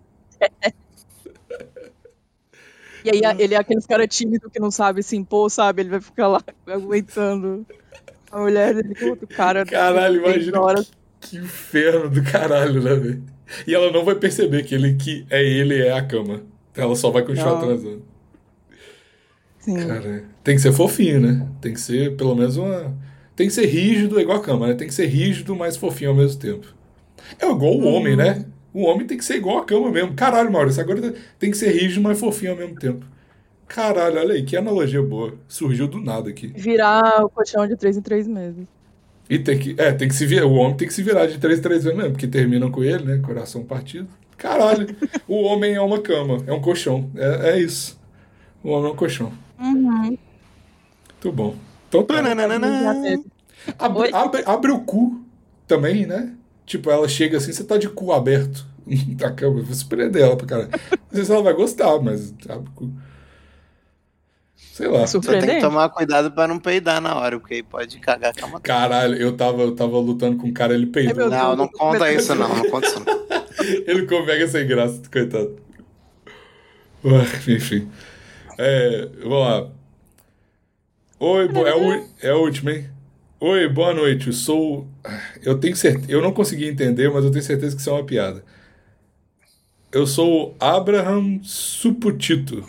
E aí a- ele é aqueles cara tímido que não sabe se impor, sabe? Ele vai ficar lá aguentando a mulher dele com outro cara. Caralho, três imagina horas. que, que inferno do caralho, né, velho? E ela não vai perceber que ele que é ele é a cama. Ela só vai continuar Não. transando. Sim. Cara, tem que ser fofinho, né? Tem que ser pelo menos uma. Tem que ser rígido, igual a cama, né? Tem que ser rígido, mas fofinho ao mesmo tempo. É igual o homem, né? O homem tem que ser igual a cama mesmo. Caralho, Maurício, agora tem que ser rígido, mas fofinho ao mesmo tempo. Caralho, olha aí, que analogia boa. Surgiu do nada aqui. Virar o colchão de três em três meses. E tem que. É, tem que se virar. O homem tem que se virar de três em três vezes mesmo, porque terminam com ele, né? Coração partido. Caralho, o homem é uma cama, é um colchão. É, é isso. O homem é um colchão. Uhum. Muito bom. Então tá. Já teve. Abre, Oi? abre, abre o cu também, né? Tipo, ela chega assim, você tá de cu aberto na cama. Eu vou surpreender ela pra caralho. Não sei se ela vai gostar, mas abre o cu. Sei lá. Só tem que Surpreendente? tomar cuidado pra não peidar na hora, porque aí pode cagar a cama. Caralho, eu tava, eu tava lutando com um cara, ele Ai, peidou. meu Deus. Não, não conta isso não, não conta isso não. Ele convega sem graça, coitado. Ah, enfim. É, vamos lá. Oi, bo- é, o, é o último, hein? Oi, boa noite. Eu sou. Eu tenho certeza. Eu não consegui entender, mas eu tenho certeza que isso é uma piada. Eu sou o Abraham Suputito.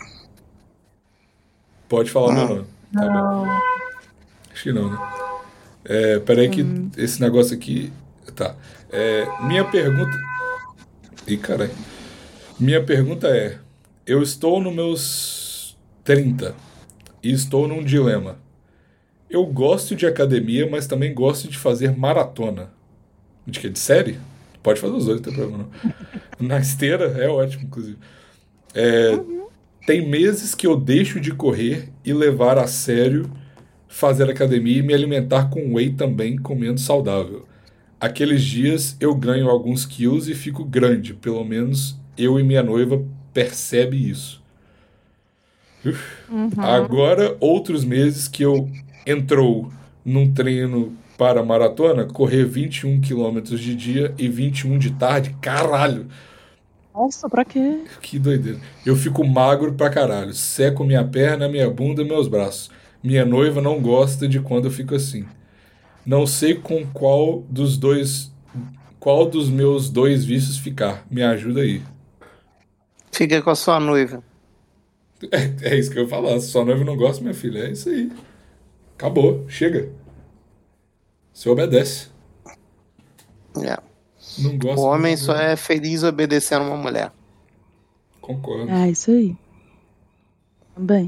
Pode falar o meu nome. Tá bom. Acho que não, né? É, peraí que esse negócio aqui. Tá. É, minha pergunta. Ih, caralho. Minha pergunta é: eu estou nos meus trinta e estou num dilema. Eu gosto de academia, mas também gosto de fazer maratona. De que? De série? Pode fazer os dois, não tem problema não. Na esteira é ótimo, inclusive. É, tem meses que eu deixo de correr e levar a sério fazer academia e me alimentar com whey também, comendo saudável. Aqueles dias eu ganho alguns quilos e fico grande. Pelo menos eu e minha noiva percebe isso. Uf. Agora, outros meses que eu entrou num treino para maratona, correr vinte e um quilômetros de dia e vinte e um de tarde. Caralho! Nossa, pra quê? Que doideira. Eu fico magro pra caralho. Seco minha perna, minha bunda e meus braços. Minha noiva não gosta de quando eu fico assim. Não sei com qual dos dois... Qual dos meus dois vícios ficar. Me ajuda aí. Fica com a sua noiva. É, é isso que eu ia falar. Se sua noiva não gosta, minha filha, é isso aí. Acabou. Chega. Você obedece. É. Não gosta. O homem não só gosta. é feliz obedecendo uma mulher. Concordo. É isso aí. Também.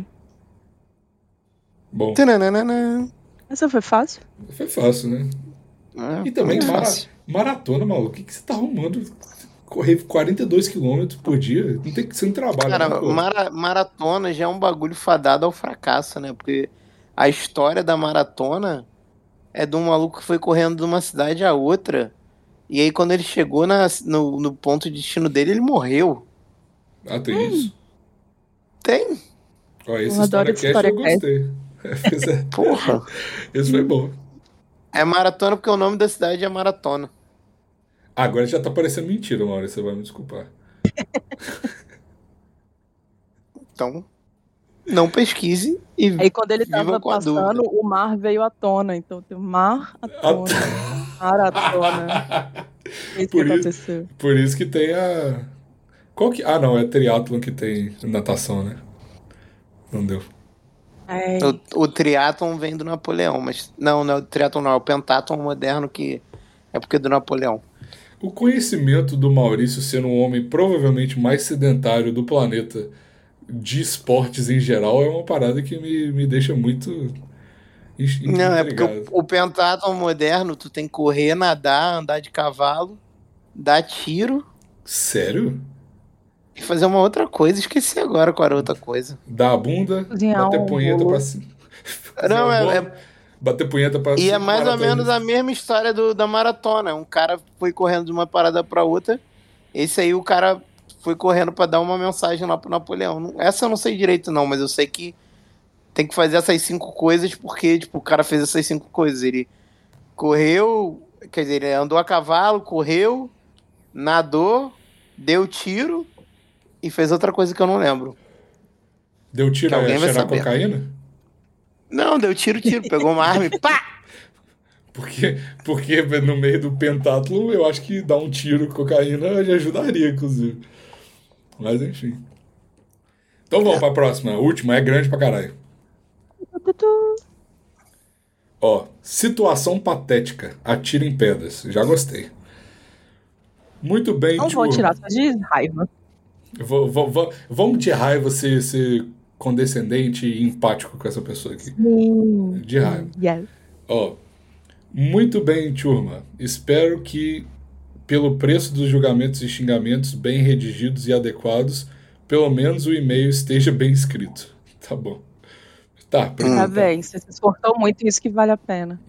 Bom, Tananana. Essa foi fácil? foi fácil, né? É, E também muito mara- fácil. maratona, maluco. O que, que você tá arrumando? Correr quarenta e dois quilômetros por dia? Não tem que ser um trabalho, né, Cara, pô? mara- maratona já é um bagulho fadado ao fracasso, né? Porque a história da maratona é de um maluco que foi correndo de uma cidade a outra. E aí, quando ele chegou na- no, no ponto de destino dele, ele morreu. Ah, tem isso? Tem, Ó, esse Eu adoro história esse cast eu Storycast. gostei. Esse- porra. Esse foi bom. É maratona porque o nome da cidade é Maratona. Agora já tá parecendo mentira, Mauro. Você vai me desculpar. Então, não pesquise e Aí quando ele viva tava com a passando, dúvida. o mar veio à tona. Então tem o mar à tona. Mar à tona. É isso que Por isso, aconteceu. por isso que tem a. Qual que. Ah, não, é triatlon que tem natação, né? Não deu. É, O, o triatlon vem do Napoleão, mas não, não é o triatlon não, é o pentathlon moderno que é porque é do Napoleão. O conhecimento do Maurício sendo um homem provavelmente mais sedentário do planeta de esportes em geral é uma parada que me, me deixa muito in- Não, é porque intrigado. o, o pentathlon moderno, tu tem que correr, nadar, andar de cavalo, dar tiro Sério? e fazer uma outra coisa. Esqueci agora qual era a outra coisa. Dar a bunda, Cozinhar bater um punheta bolo. pra cima. Não, é, é- Bater punheta pra e é cima. mais ou menos a mesma história do, da maratona. Um cara foi correndo de uma parada pra outra. Esse aí o cara foi correndo pra dar uma mensagem lá pro Napoleão. Não- Essa eu não sei direito não, mas eu sei que tem que fazer essas cinco coisas porque tipo, o cara fez essas cinco coisas. Ele correu, quer dizer, ele andou a cavalo, correu, nadou, deu tiro e fez outra coisa que eu não lembro. Deu tiro Que a alguém vai cheirar saber. cocaína? Não, deu tiro, tiro, pegou uma arma e pá! Porque, porque no meio do pentátulo eu acho que dar um tiro com cocaína já ajudaria, inclusive. Mas enfim. Então vamos pra próxima. A última é grande pra caralho. tutu. Ó, situação patética. Atira em pedras. Já gostei. Muito bem, Não tio. vou tirar só de raiva. Vou- vou- vou- Vamos de raiva ser, ser condescendente e empático com essa pessoa aqui. Sim. De raiva. Yes. Ó, muito bem, turma. Espero que, pelo preço dos julgamentos e xingamentos bem redigidos e adequados, pelo menos o e-mail esteja bem escrito. Tá bom. Tá, Tá pronto. bem, você se esforçou muito, isso que vale a pena.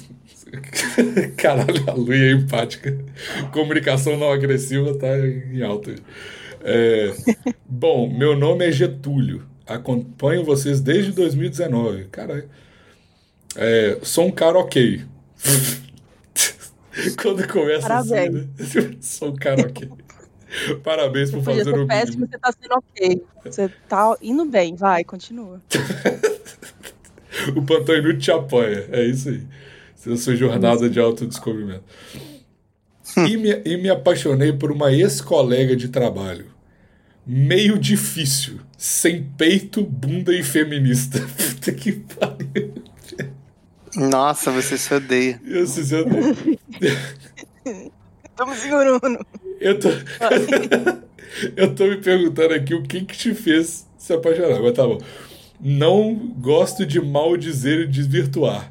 Caralho, a Lu é empática. Comunicação não agressiva tá em alta. É, bom, meu nome é Getúlio. Acompanho vocês desde dois mil e dezenove. Caralho. É, sou um cara ok. Quando começa Parabéns. assim, né? Sou um cara ok. Parabéns por Você podia fazer ser o péssimo, mínimo. você tá sendo ok. Você tá indo bem, vai, continua. O Plantão Inútil te apoia. É isso aí. Essa é a sua jornada de autodescobrimento. E me, e me apaixonei por uma ex-colega de trabalho. Meio difícil. Sem peito, bunda e feminista. Puta que pariu. Nossa, você se odeia. Eu, sinceramente, Tô me segurando. eu tô, eu tô me perguntando aqui o que que te fez se apaixonar. Mas tá bom. Não gosto de maldizer e desvirtuar.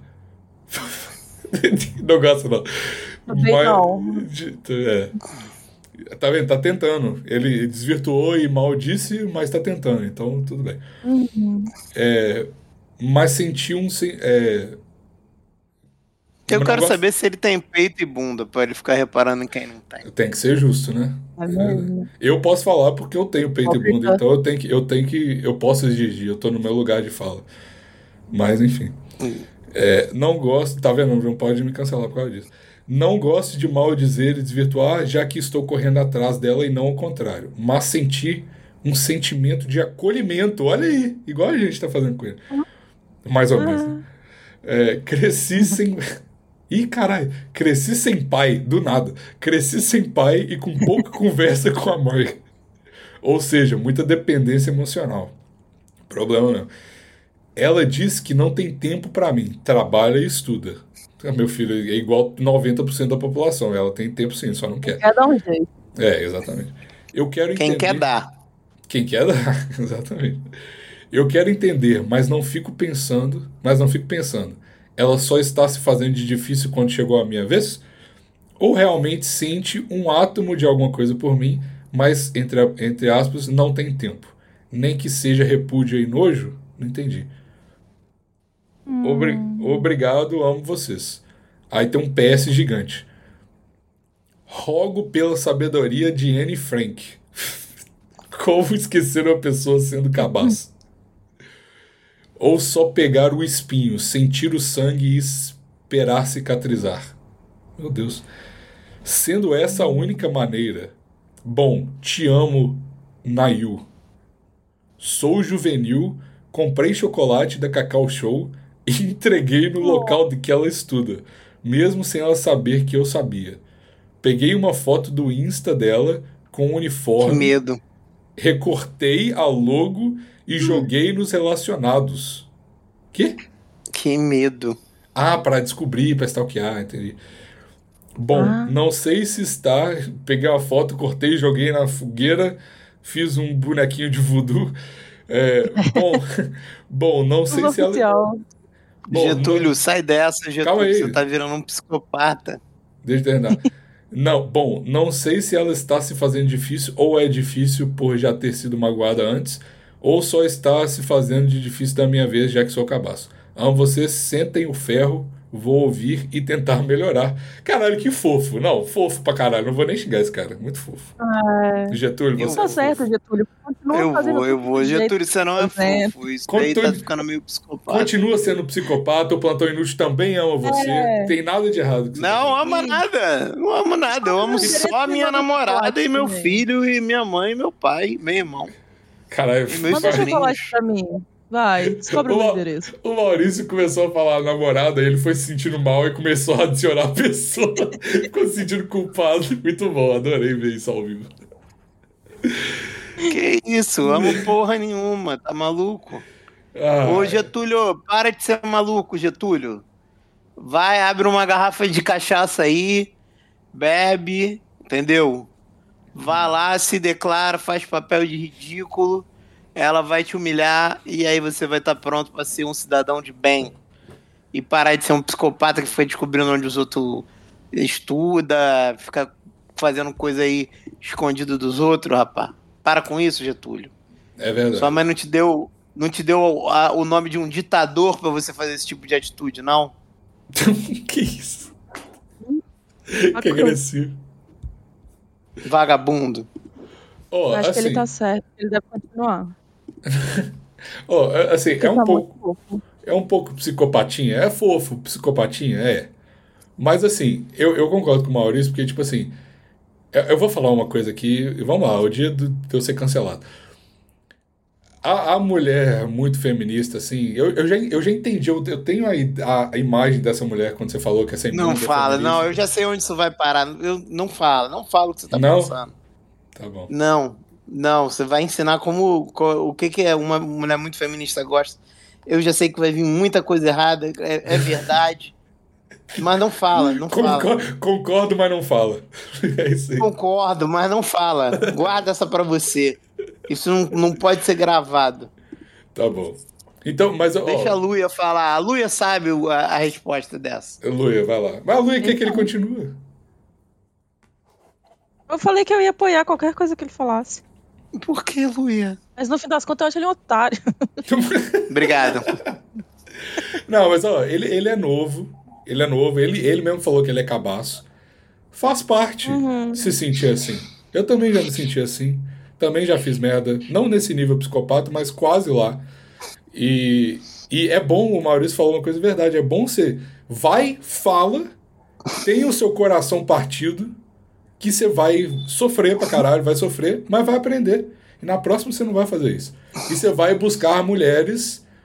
Não gosto, não. Também não. de- é. Tá vendo? Tá tentando. Ele desvirtuou e maldisse, mas tá tentando. Então, tudo bem. Uhum. É, mas senti um... sen- É, Eu Mas quero não gosto- saber se ele tem peito e bunda, pra ele ficar reparando em quem não tem. tem que ser justo, né? É mesmo. Eu posso falar porque eu tenho peito e bunda, Obrigada. então eu tenho que, eu tenho que, eu posso exigir, eu tô no meu lugar de fala. Mas enfim, É, não gosto, tá vendo? Não pode me cancelar por causa disso. Não gosto de maldizer e desvirtuar, já que estou correndo atrás dela e não ao contrário. Mas senti um sentimento de acolhimento, olha aí, igual a gente tá fazendo com ele. Mais ou menos. Né? É, cresci sem... Ih, caralho. Cresci sem pai, do nada. Cresci sem pai e com pouca conversa com a mãe. Ou seja, muita dependência emocional. Problema não. Ela diz que não tem tempo pra mim. Trabalha e estuda. Meu filho é igual noventa por cento da população. Ela tem tempo sim, só não quer. Quer dar um jeito. É, exatamente. Eu quero Quem entender... quer dar. Quem quer dar, exatamente. Eu quero entender, mas não fico pensando, mas não fico pensando. Ela só está se fazendo de difícil quando chegou a minha vez? Ou realmente sente um átomo de alguma coisa por mim, mas, entre, entre aspas, não tem tempo? Nem que seja repúdio e nojo? Não entendi. Obri- Obrigado, amo vocês. Aí tem um P S gigante. Rogo pela sabedoria de Anne Frank. Como esquecer uma pessoa sendo cabaço? Ou só pegar o espinho, sentir o sangue e esperar cicatrizar? Meu Deus. Sendo essa a única maneira. Bom, te amo, Nayu. Sou juvenil, comprei chocolate da Cacau Show e entreguei no local de que ela estuda, mesmo sem ela saber que eu sabia. Peguei uma foto do Insta dela com um uniforme. Que medo. Recortei a logo e joguei nos relacionados. Quê? Que medo. Ah, para descobrir, para stalkear, entendi. Bom, Ah. não sei se está... Peguei uma foto, cortei, joguei na fogueira, fiz um bonequinho de voodoo. É, bom, bom, não sei Tudo se ela... oficial. Bom, Getúlio, não- sai dessa, Calma Getúlio. aí. Você tá virando um psicopata. Deixa eu terminar. Não, bom, não sei se ela está se fazendo difícil ou é difícil por já ter sido magoada antes, ou só está se fazendo de difícil da minha vez, já que sou cabaço. Amo vocês, sentem o ferro, vou ouvir e tentar melhorar. Caralho, que fofo. Não, fofo pra caralho. Não vou nem xingar esse cara. Muito fofo. Getúlio, Eu você Tá é certo, fofo. Getúlio. Continua Eu fazendo vou, eu tudo vou. do jeito Getúlio, você não é que tá fazendo. fofo. Isso daí tá Continue- ficando meio psicopata. Continua sendo psicopata, o Plantão Inútil também ama você. É. Tem nada de errado com você. Não ama nada. Não amo nada. Eu amo Só só a minha manda namorada chocolate e meu também. filho e minha mãe, meu pai, meu irmão. Caralho, E meus Manda sobrinhos. chocolate pra mim. Vai, descobre o meu O- endereço. O Maurício começou a falar namorada, ele foi se sentindo mal e começou a adicionar a pessoa. Ficou se sentindo culpado. Muito bom, adorei ver isso ao vivo. Que isso? Amo porra nenhuma. Tá maluco? Ah, Ô, Getúlio, para de ser maluco, Getúlio. Vai, abre uma garrafa de cachaça aí, bebe, entendeu? Vá lá, se declara, faz papel de ridículo, ela vai te humilhar e aí você vai estar pronto para ser um cidadão de bem. E parar de ser um psicopata que fica descobrindo onde os outros estuda, fica fazendo coisa aí escondido dos outros, rapaz. Para com isso, Getúlio. é verdade. Sua mãe não te deu, não te deu a- o nome de um ditador pra você fazer esse tipo de atitude, não? Que isso? Que agressivo. Vagabundo. Ó, Acho assim, que ele tá certo, ele deve continuar. ó, assim, é Ele um tá pouco... muito fofo. É um pouco psicopatinha, é fofo, psicopatinha, é. Mas assim, eu, eu concordo com o Maurício, porque, tipo assim, eu, eu vou falar uma coisa aqui, e vamos lá, o dia do- de eu ser cancelado. A, a mulher muito feminista, assim, eu, eu, já, eu já entendi, eu, eu tenho a, i- a, a imagem dessa mulher quando você falou que é sempre Não fala, não, eu já sei onde isso vai parar. Eu, não fala, não fala o que você tá Não? pensando. Tá bom. Não, não, você vai ensinar como co- o que, que é uma mulher muito feminista gosta. Eu já sei que vai vir muita coisa errada, é, é verdade. Mas não fala, não fala. Concordo, concordo, mas não fala. É isso aí. Concordo, mas não fala. Guarda essa pra você. Isso não, não pode ser gravado. Tá bom. Então, mas, ó, Deixa a Luia falar. A Luia sabe o- a, a resposta dessa. Luia, vai lá. Mas a Luia quer que ele continue. Eu falei que eu ia apoiar qualquer coisa que ele falasse. Por que, Luia? Mas no fim das contas eu acho ele um otário. Obrigado. Não, mas ó, ele, ele é novo. Ele é novo. Ele, ele mesmo falou que ele é cabaço. Faz parte se sentir assim. Eu também já me senti assim. Também já fiz merda. Não nesse nível psicopata, mas quase lá. E, e é bom, o Maurício falou uma coisa verdade. É bom você vai, fala, tem o seu coração partido, que você vai sofrer pra caralho, vai sofrer, mas vai aprender. E na próxima você não vai fazer isso. E você vai buscar mulheres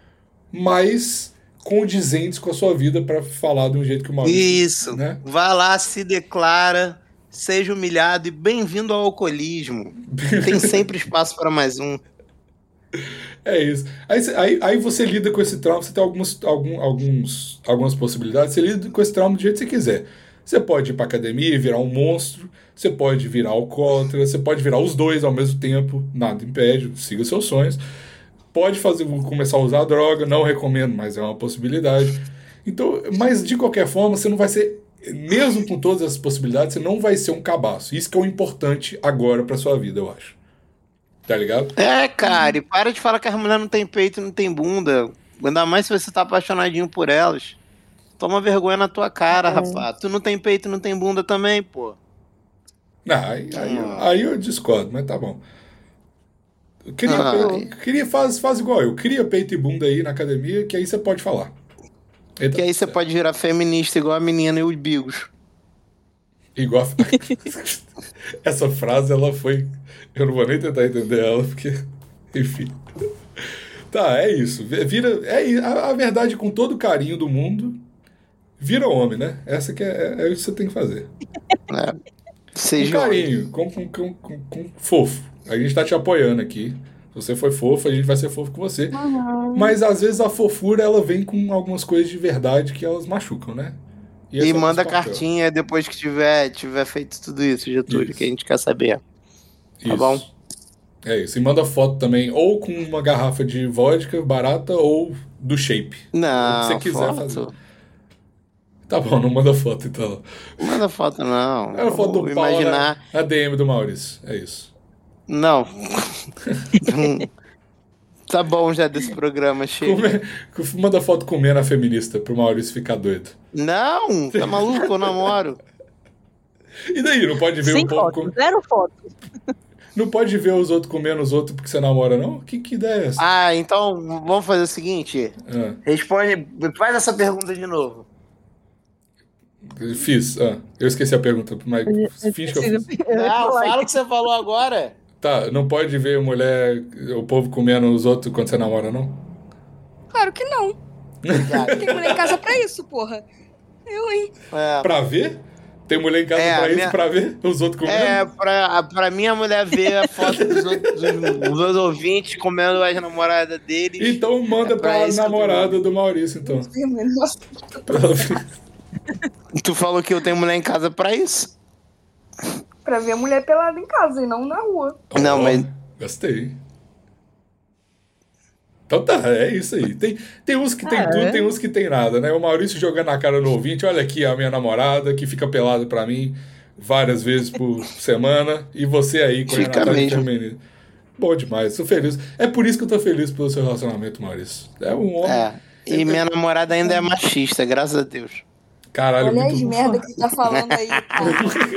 mais condizentes com a sua vida para falar de um jeito que o Maurício... Isso. Né? Vai lá, se declara, seja humilhado e bem-vindo ao alcoolismo. Tem sempre espaço para mais um. É isso. Aí, aí, aí você lida com esse trauma, você tem alguns, algum, alguns, algumas possibilidades, você lida com esse trauma do jeito que você quiser. Você pode ir pra academia e virar um monstro, você pode virar alcoólatra, você pode virar os dois ao mesmo tempo, nada impede, siga seus sonhos. Pode fazer, começar a usar droga, não recomendo, mas é uma possibilidade. Então, mas de qualquer forma, você não vai ser, mesmo com todas essas possibilidades, você não vai ser um cabaço. Isso que é o importante agora pra sua vida, eu acho. Tá ligado? É, cara, e para de falar que as mulheres não tem peito e não tem bunda. Ainda mais se você tá apaixonadinho por elas. Toma vergonha na tua cara, é. rapaz. Tu não tem peito e não tem bunda também, pô. Não, aí, aí, hum. aí eu discordo, mas tá bom. Eu queria, ah, peito, queria faz, faz igual eu. Cria peito e bunda aí na academia, que aí você pode falar. Eita, que aí você pode virar feminista igual a menina e os bigos. Igual a... Essa frase, ela foi... Eu não vou nem tentar entender ela, porque... Enfim. Tá, é isso. Vira... É a, a verdade, com todo o carinho do mundo, vira homem, né? Essa que é, é, é o que você tem que fazer. É. Seja com carinho, com, com, com, com, com fofo. A gente tá te apoiando aqui. Se você foi fofo, a gente vai ser fofo com você. Uhum. Mas, às vezes, a fofura, ela vem com algumas coisas de verdade que elas machucam, né? E, e manda cartinha depois que tiver, tiver feito tudo isso, Getúlio, isso. Que a gente quer saber. Tá isso. bom? É isso. E manda foto também, ou com uma garrafa de vodka barata, ou do shape. Não, o que você quiser foto. fazer. Tá bom, não manda foto, então. Manda foto, não. É a foto do Paulo, imaginar... a D M do Maurício. É isso. Não. Tá bom já desse programa, chega. Come... Manda foto comendo a feminista pro Maurício ficar doido. Não, tá maluco? Eu namoro. E daí? Não pode ver Sem um pouco... foto, zero foto. Não pode ver os outros comendo os outros porque você namora, não? Que, que ideia é essa? Ah, então vamos fazer o seguinte. Ah. Responde, faz essa pergunta de novo. Fiz. Ah, eu esqueci a pergunta, mas finge que eu fiz. Não, fala o que você falou agora. Tá, não pode ver mulher, o povo comendo os outros quando você namora, não? Claro que não. Tem mulher em casa pra isso, porra. Eu, hein? É. Pra ver? Tem mulher em casa é, pra minha... isso, pra ver os outros comendo? É, pra, pra minha mulher ver a foto dos outros dos, dos ouvintes comendo as namoradas deles. Então manda é pra, pra namorada do Maurício, então. Tu falou que eu tenho mulher em casa pra isso? Pra ver a mulher pelada em casa e não na rua. Oh, não, mas... Gostei. Então tá, é isso aí. Tem, tem uns que tem ah, tudo, é? Tem uns que tem nada, né? O Maurício jogando na cara no ouvinte, olha aqui a minha namorada que fica pelada pra mim várias vezes por semana, e você aí com a Natália feminina. Bom demais, tô feliz. É por isso que eu tô feliz pelo seu relacionamento, Maurício. É um homem... É, e é minha é... namorada ainda é machista, graças a Deus. Caralho, olha muito as merda que você tá falando aí, cara.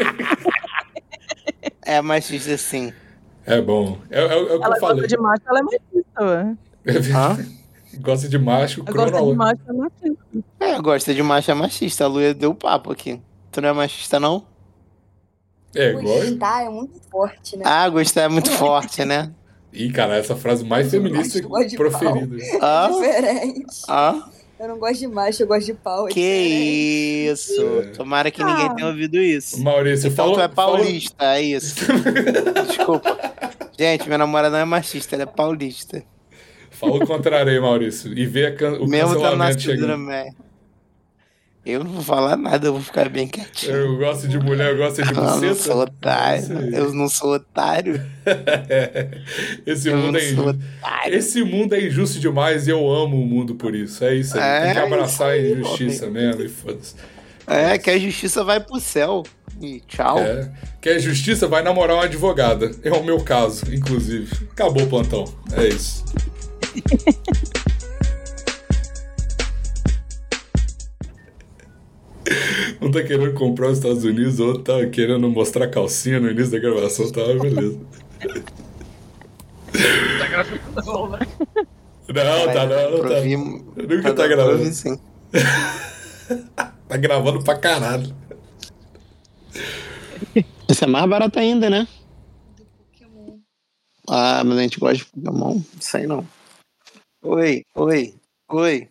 É machista, sim. É bom. É, é, é o que ela eu falei. Gosta de macho, ela é machista, ué. Gosta de macho, cronológico. Gosta de macho, é machista. É, gosta de macho, é machista. A Luia deu papo aqui. Tu não é machista, não? É, igual. Gostar é muito forte, né? Ah, gostar é muito forte, né? Ih, cara, essa frase mais feminista proferida. Ah? É diferente. Ah? Eu não gosto de macho, eu gosto de pau. É que diferente. Isso. É. Tomara que ah. ninguém tenha ouvido isso. Maurício, então falou, tu é paulista, falou... é isso. Desculpa. Gente, minha namorada não é machista, ela é paulista. Fala o contrário aí, Maurício. E vê can... o Mesmo cancelamento tá chegando. Eu não vou falar nada, eu vou ficar bem quietinho. Eu gosto de mulher, eu gosto de buceta. Eu não sou otário. Eu não sou otário. Esse, mundo é injusto. Esse mundo é injusto demais e eu amo o mundo por isso. É isso aí. É, tem que abraçar a injustiça aí, mesmo e foda-se. É, que a justiça vai pro céu. E tchau. É, que a justiça vai namorar uma advogada. É o meu caso, inclusive. Acabou o plantão. É isso. Um tá querendo comprar os Estados Unidos, o outro tá querendo mostrar calcinha no início da gravação, tá? Beleza. Tá gravando, né? Não, tá não, tá. Provi, Nunca tá, tá gravando. Provi, sim. Tá gravando pra caralho. Isso é mais barato ainda, né? Do Pokémon. Ah, mas a gente gosta de Pokémon. Não sei não. Oi, oi. Oi.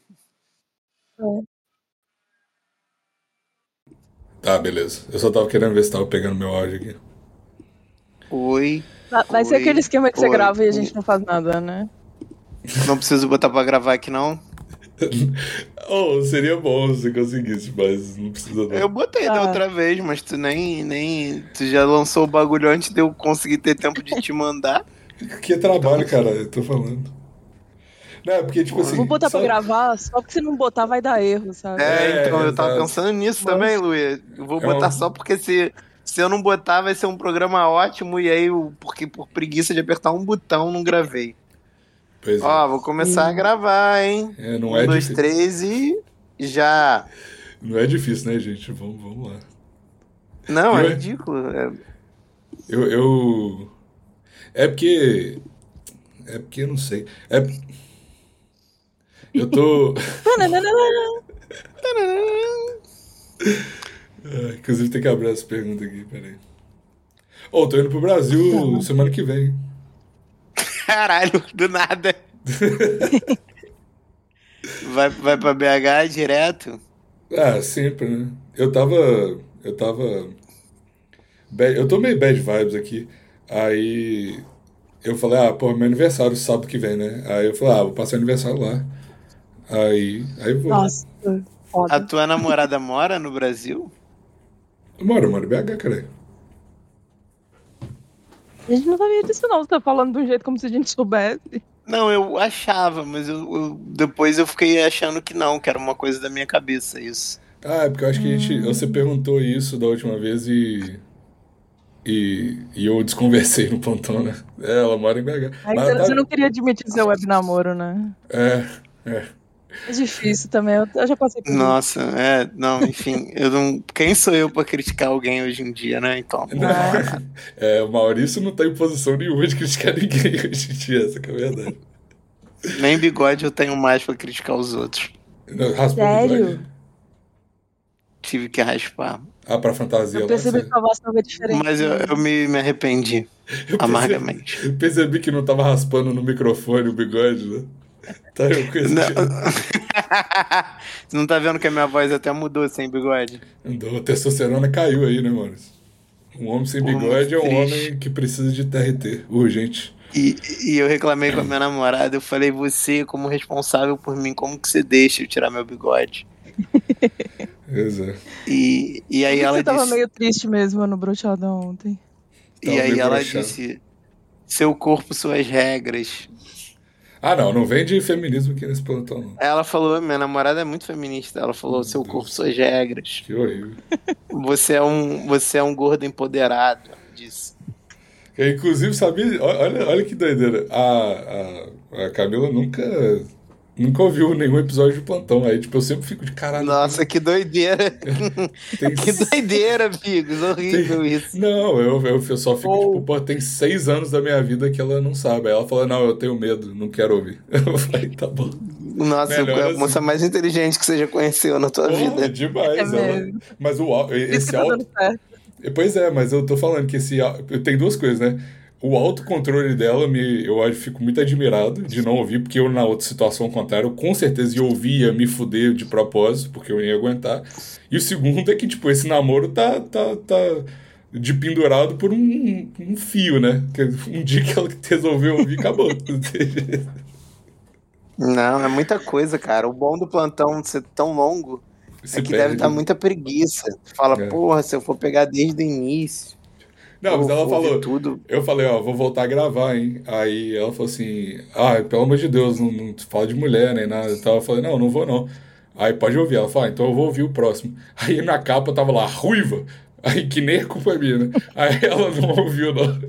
Tá, beleza. Eu só tava querendo ver se tava pegando meu áudio aqui. Oi. Vai- Vai ser Oi. aquele esquema que você Oi. grava e a gente não faz nada, né? Não preciso botar pra gravar aqui, não? Oh, seria bom se você conseguisse, mas não precisa não. Eu botei da Ah. outra vez, mas tu nem, nem... Tu já lançou o bagulho antes de eu conseguir ter tempo de te mandar. Que é trabalho, cara, eu tô falando. Não, é porque, tipo assim... Vou botar pra sabe- gravar, só porque se não botar vai dar erro, sabe? É, É, então eu tava exato. pensando nisso Mas- também, Luia. Eu vou É botar um- só porque se, se eu não botar vai ser um programa ótimo e aí, eu- porque por preguiça de apertar um botão, não gravei. Pois é. Ó, vou começar a gravar, hein? É, não um, é dois, difícil. três e já. Não é difícil, né, gente? Vamos, vamos lá. Não, é Eu- ridículo. É- Eu, eu... É porque... É porque eu não sei. É... Eu tô... Ah, inclusive tem que abrir essa pergunta aqui, peraí. Ô, tô indo pro Brasil semana que vem. Caralho, do nada. Vai, vai pra B H direto? Ah, sempre, né? Eu tava... Eu tava... bad- Eu tô meio bad vibes aqui. Aí... Eu falei, ah, pô, meu aniversário sábado que vem, né? Aí eu falei, ah, vou passar o aniversário lá. Aí... Aí eu vou. Nossa, foda. A tua namorada mora no Brasil? Eu moro, eu moro em B H, cara. A gente não sabia disso não, você tá falando de um jeito como se a gente soubesse. Não, eu achava, mas eu, eu- depois eu fiquei achando que não, que era uma coisa da minha cabeça isso. Ah, é porque eu acho que a gente, você perguntou isso da última vez e, e, e eu desconversei no plantão, né? É, ela mora em B H. Aí Mas você, tá- você não queria admitir seu web namoro, né? É, é. É difícil também, eu, eu já passei por isso. Nossa, é, não, enfim, eu não. Quem sou eu pra criticar alguém hoje em dia, né? Então. É, o Maurício não tá em posição nenhuma de criticar ninguém hoje em dia, essa que é a verdade. Nem bigode eu tenho mais pra criticar os outros. Não, raspou o Sério? bigode? Tive que raspar. Ah, pra fantasia Eu lá. percebi você- que a voz tava diferente. Mas eu, eu me, me arrependi Eu percebi- amargamente. Eu percebi que não tava raspando no microfone o bigode, né? Tá eu com esse Não. tipo. Você não tá vendo que a minha voz até mudou sem bigode? Andou, a testosterona caiu aí, né, Maurício? Um homem sem Pô, bigode é um muito triste. homem que precisa de T R T, urgente. E, e eu reclamei com a minha namorada, eu falei, você, como responsável por mim, como que você deixa eu tirar meu bigode? Exato. E, e aí Você ela tava disse, meio triste mesmo no brochadão ontem. e Tava aí meio ela broxado. disse, seu corpo, suas regras. Ah, não, não vem de feminismo aqui nesse plantão, não. Ela falou, minha namorada é muito feminista, ela falou, seu Deus. corpo, suas regras. Que horrível. Você é um, você é um gordo empoderado, ela disse. É, inclusive, sabia? Olha, olha que doideira. A, a, a Camila nunca, nunca ouviu nenhum episódio de plantão. Aí, tipo, eu sempre fico de caralho. Nossa, que doideira. tem, Que doideira, amigos, horrível isso. Não, eu, eu, eu só fico, Ou- tipo, pô, tem seis anos da minha vida que ela não sabe. Aí ela fala, não, eu tenho medo, não quero ouvir. Eu falei, tá bom. Nossa, Melhor é a assim. moça mais inteligente que você já conheceu na tua Porra, vida. é demais. É ela- mesmo. Mas o, au- Por isso esse que tá auto... dando certo. Pois é, mas eu tô falando que esse. au- Tem duas coisas, né? O autocontrole dela, me, eu acho, fico muito admirado de não ouvir, porque eu, na outra situação contrária, eu com certeza ia ouvir, ia me fuder de propósito, porque eu não ia aguentar. E o segundo é que, tipo, esse namoro tá, tá, tá de pendurado por um, um fio, né? Que um dia que ela resolveu ouvir, acabou. Não, é muita coisa, cara. O bom do plantão ser tão longo Se é que perde. deve dar muita preguiça. Tu fala, É. porra, se eu for pegar desde o início. Não, mas eu ela vou ouvir falou. tudo. Eu falei, ó, vou voltar a gravar, hein? Aí ela falou assim, ah, pelo amor de Deus, não, não fala de mulher nem nada e tal. Eu falei, não, não vou não. Aí pode ouvir. Ela falou, ah, então eu vou ouvir o próximo. Aí na capa tava lá, ruiva. Aí que nem a culpa é minha, né? Aí ela não ouviu, não.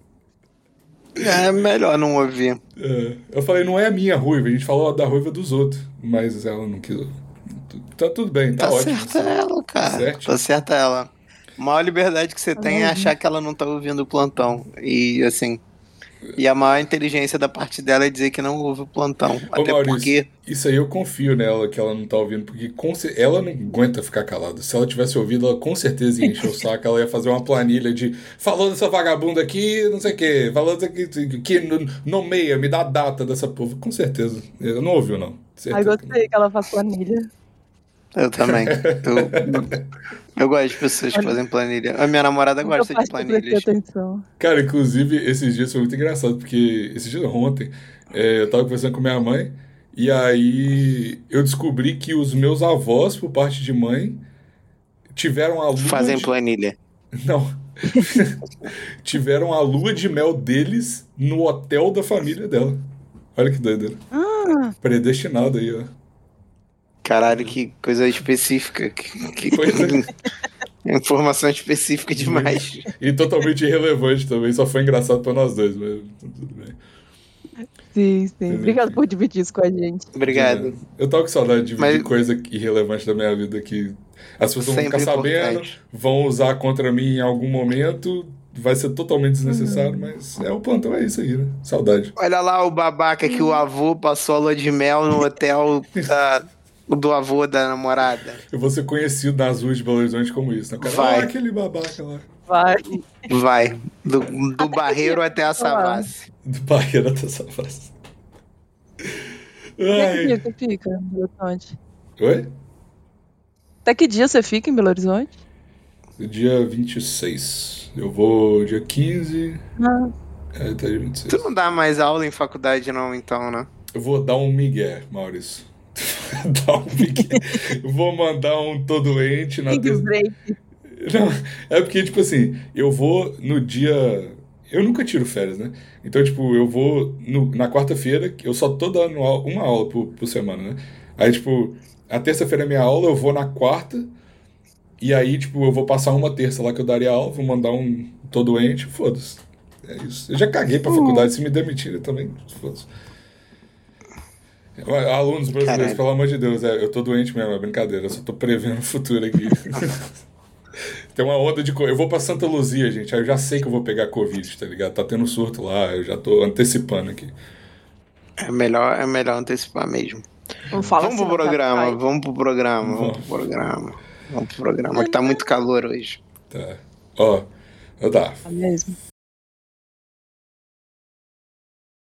É melhor não ouvir. É, eu falei, não é a minha ruiva, a gente falou da ruiva dos outros. Mas ela não quis. Tá tudo bem, tá, Tá ótimo. certa ela, cara. Certo. Tá certa ela. A maior liberdade que você tem é Uhum. achar que ela não tá ouvindo o plantão. E assim, E a maior inteligência da parte dela é dizer que não houve o plantão. Ô, Até Maurício, porque. isso aí eu confio nela, que ela não tá ouvindo, porque com cer- ela não aguenta ficar calada. Se ela tivesse ouvido, ela com certeza ia encher o saco, ela ia fazer uma planilha de falou dessa vagabunda aqui, não sei o quê, falou dessa aqui, que no- nomeia, me dá a data dessa porra. Com certeza. Eu não ouviu, não. Ai, Certeza. gostei que ela faz planilha. Eu também. Eu, eu gosto de pessoas que fazem planilha. A minha namorada Nunca gosta de faz pra prestar planilhas. atenção. Cara, inclusive, esses dias foi muito engraçado, porque esses dias ontem, é, eu tava conversando com minha mãe, e aí eu descobri que os meus avós, por parte de mãe, tiveram a lua Fazem de... planilha. Não. Tiveram a lua de mel deles no hotel da família dela. Olha que doideira. Ah, Predestinado aí, ó. Caralho, que coisa específica. Que, que- Pois é. Informação específica demais. E totalmente irrelevante também, só foi engraçado pra nós dois, mas tudo bem. sim, sim. Obrigado por dividir isso com a gente. Obrigado. É. Eu tava com saudade de, Mas- de coisa irrelevante da minha vida que as pessoas vão Sempre ficar sabendo, importante. vão usar contra mim em algum momento, vai ser totalmente desnecessário, Uhum. mas é o plantão, é isso aí, né? Saudade. Olha lá o babaca que o avô passou a lua de mel no hotel da- do avô da namorada. Eu vou ser conhecido nas ruas de Belo Horizonte como isso, né? O cara, Vai. ah, aquele babaca lá. Vai. Vai. Do, do Até Barreiro que até a Savassi. Do Barreira da Savassi. Até que Ai. dia você fica em Belo Horizonte? Oi? Até que dia você fica em Belo Horizonte? Dia vinte e seis. Eu vou dia quinze. Ah, É, até dia vinte e seis. Tu não dá mais aula em faculdade não, então, né? Eu vou dar um migué, Maurício. dar um migué. Eu vou mandar um tô doente na big terça. break. Não, é porque, tipo assim, eu vou no dia. Eu nunca tiro férias, né? Então, tipo, eu vou no- na quarta-feira, que eu só tô dando au- uma aula por, por semana, né? Aí, tipo, a terça-feira é minha aula, eu vou na quarta, e aí, tipo, eu vou passar uma terça lá que eu daria aula, vou mandar um tô doente, foda-se. É isso. Eu já caguei pra faculdade, se me demitirem também, foda-se. Alunos brasileiros, Caralho. pelo amor de Deus, é, eu tô doente mesmo, é brincadeira, eu só tô prevendo o futuro aqui. Tem uma onda de... co- Eu vou pra Santa Luzia, gente, aí eu já sei que eu vou pegar Covid, tá ligado? Tá tendo surto lá, eu já tô antecipando aqui. É melhor, é melhor antecipar mesmo. Não fala Vamos assim, pro não, programa, cara. vamos pro programa, vamos pro programa. Vamos pro programa, que tá muito calor hoje. Tá. Ó, eu tá. Tá mesmo?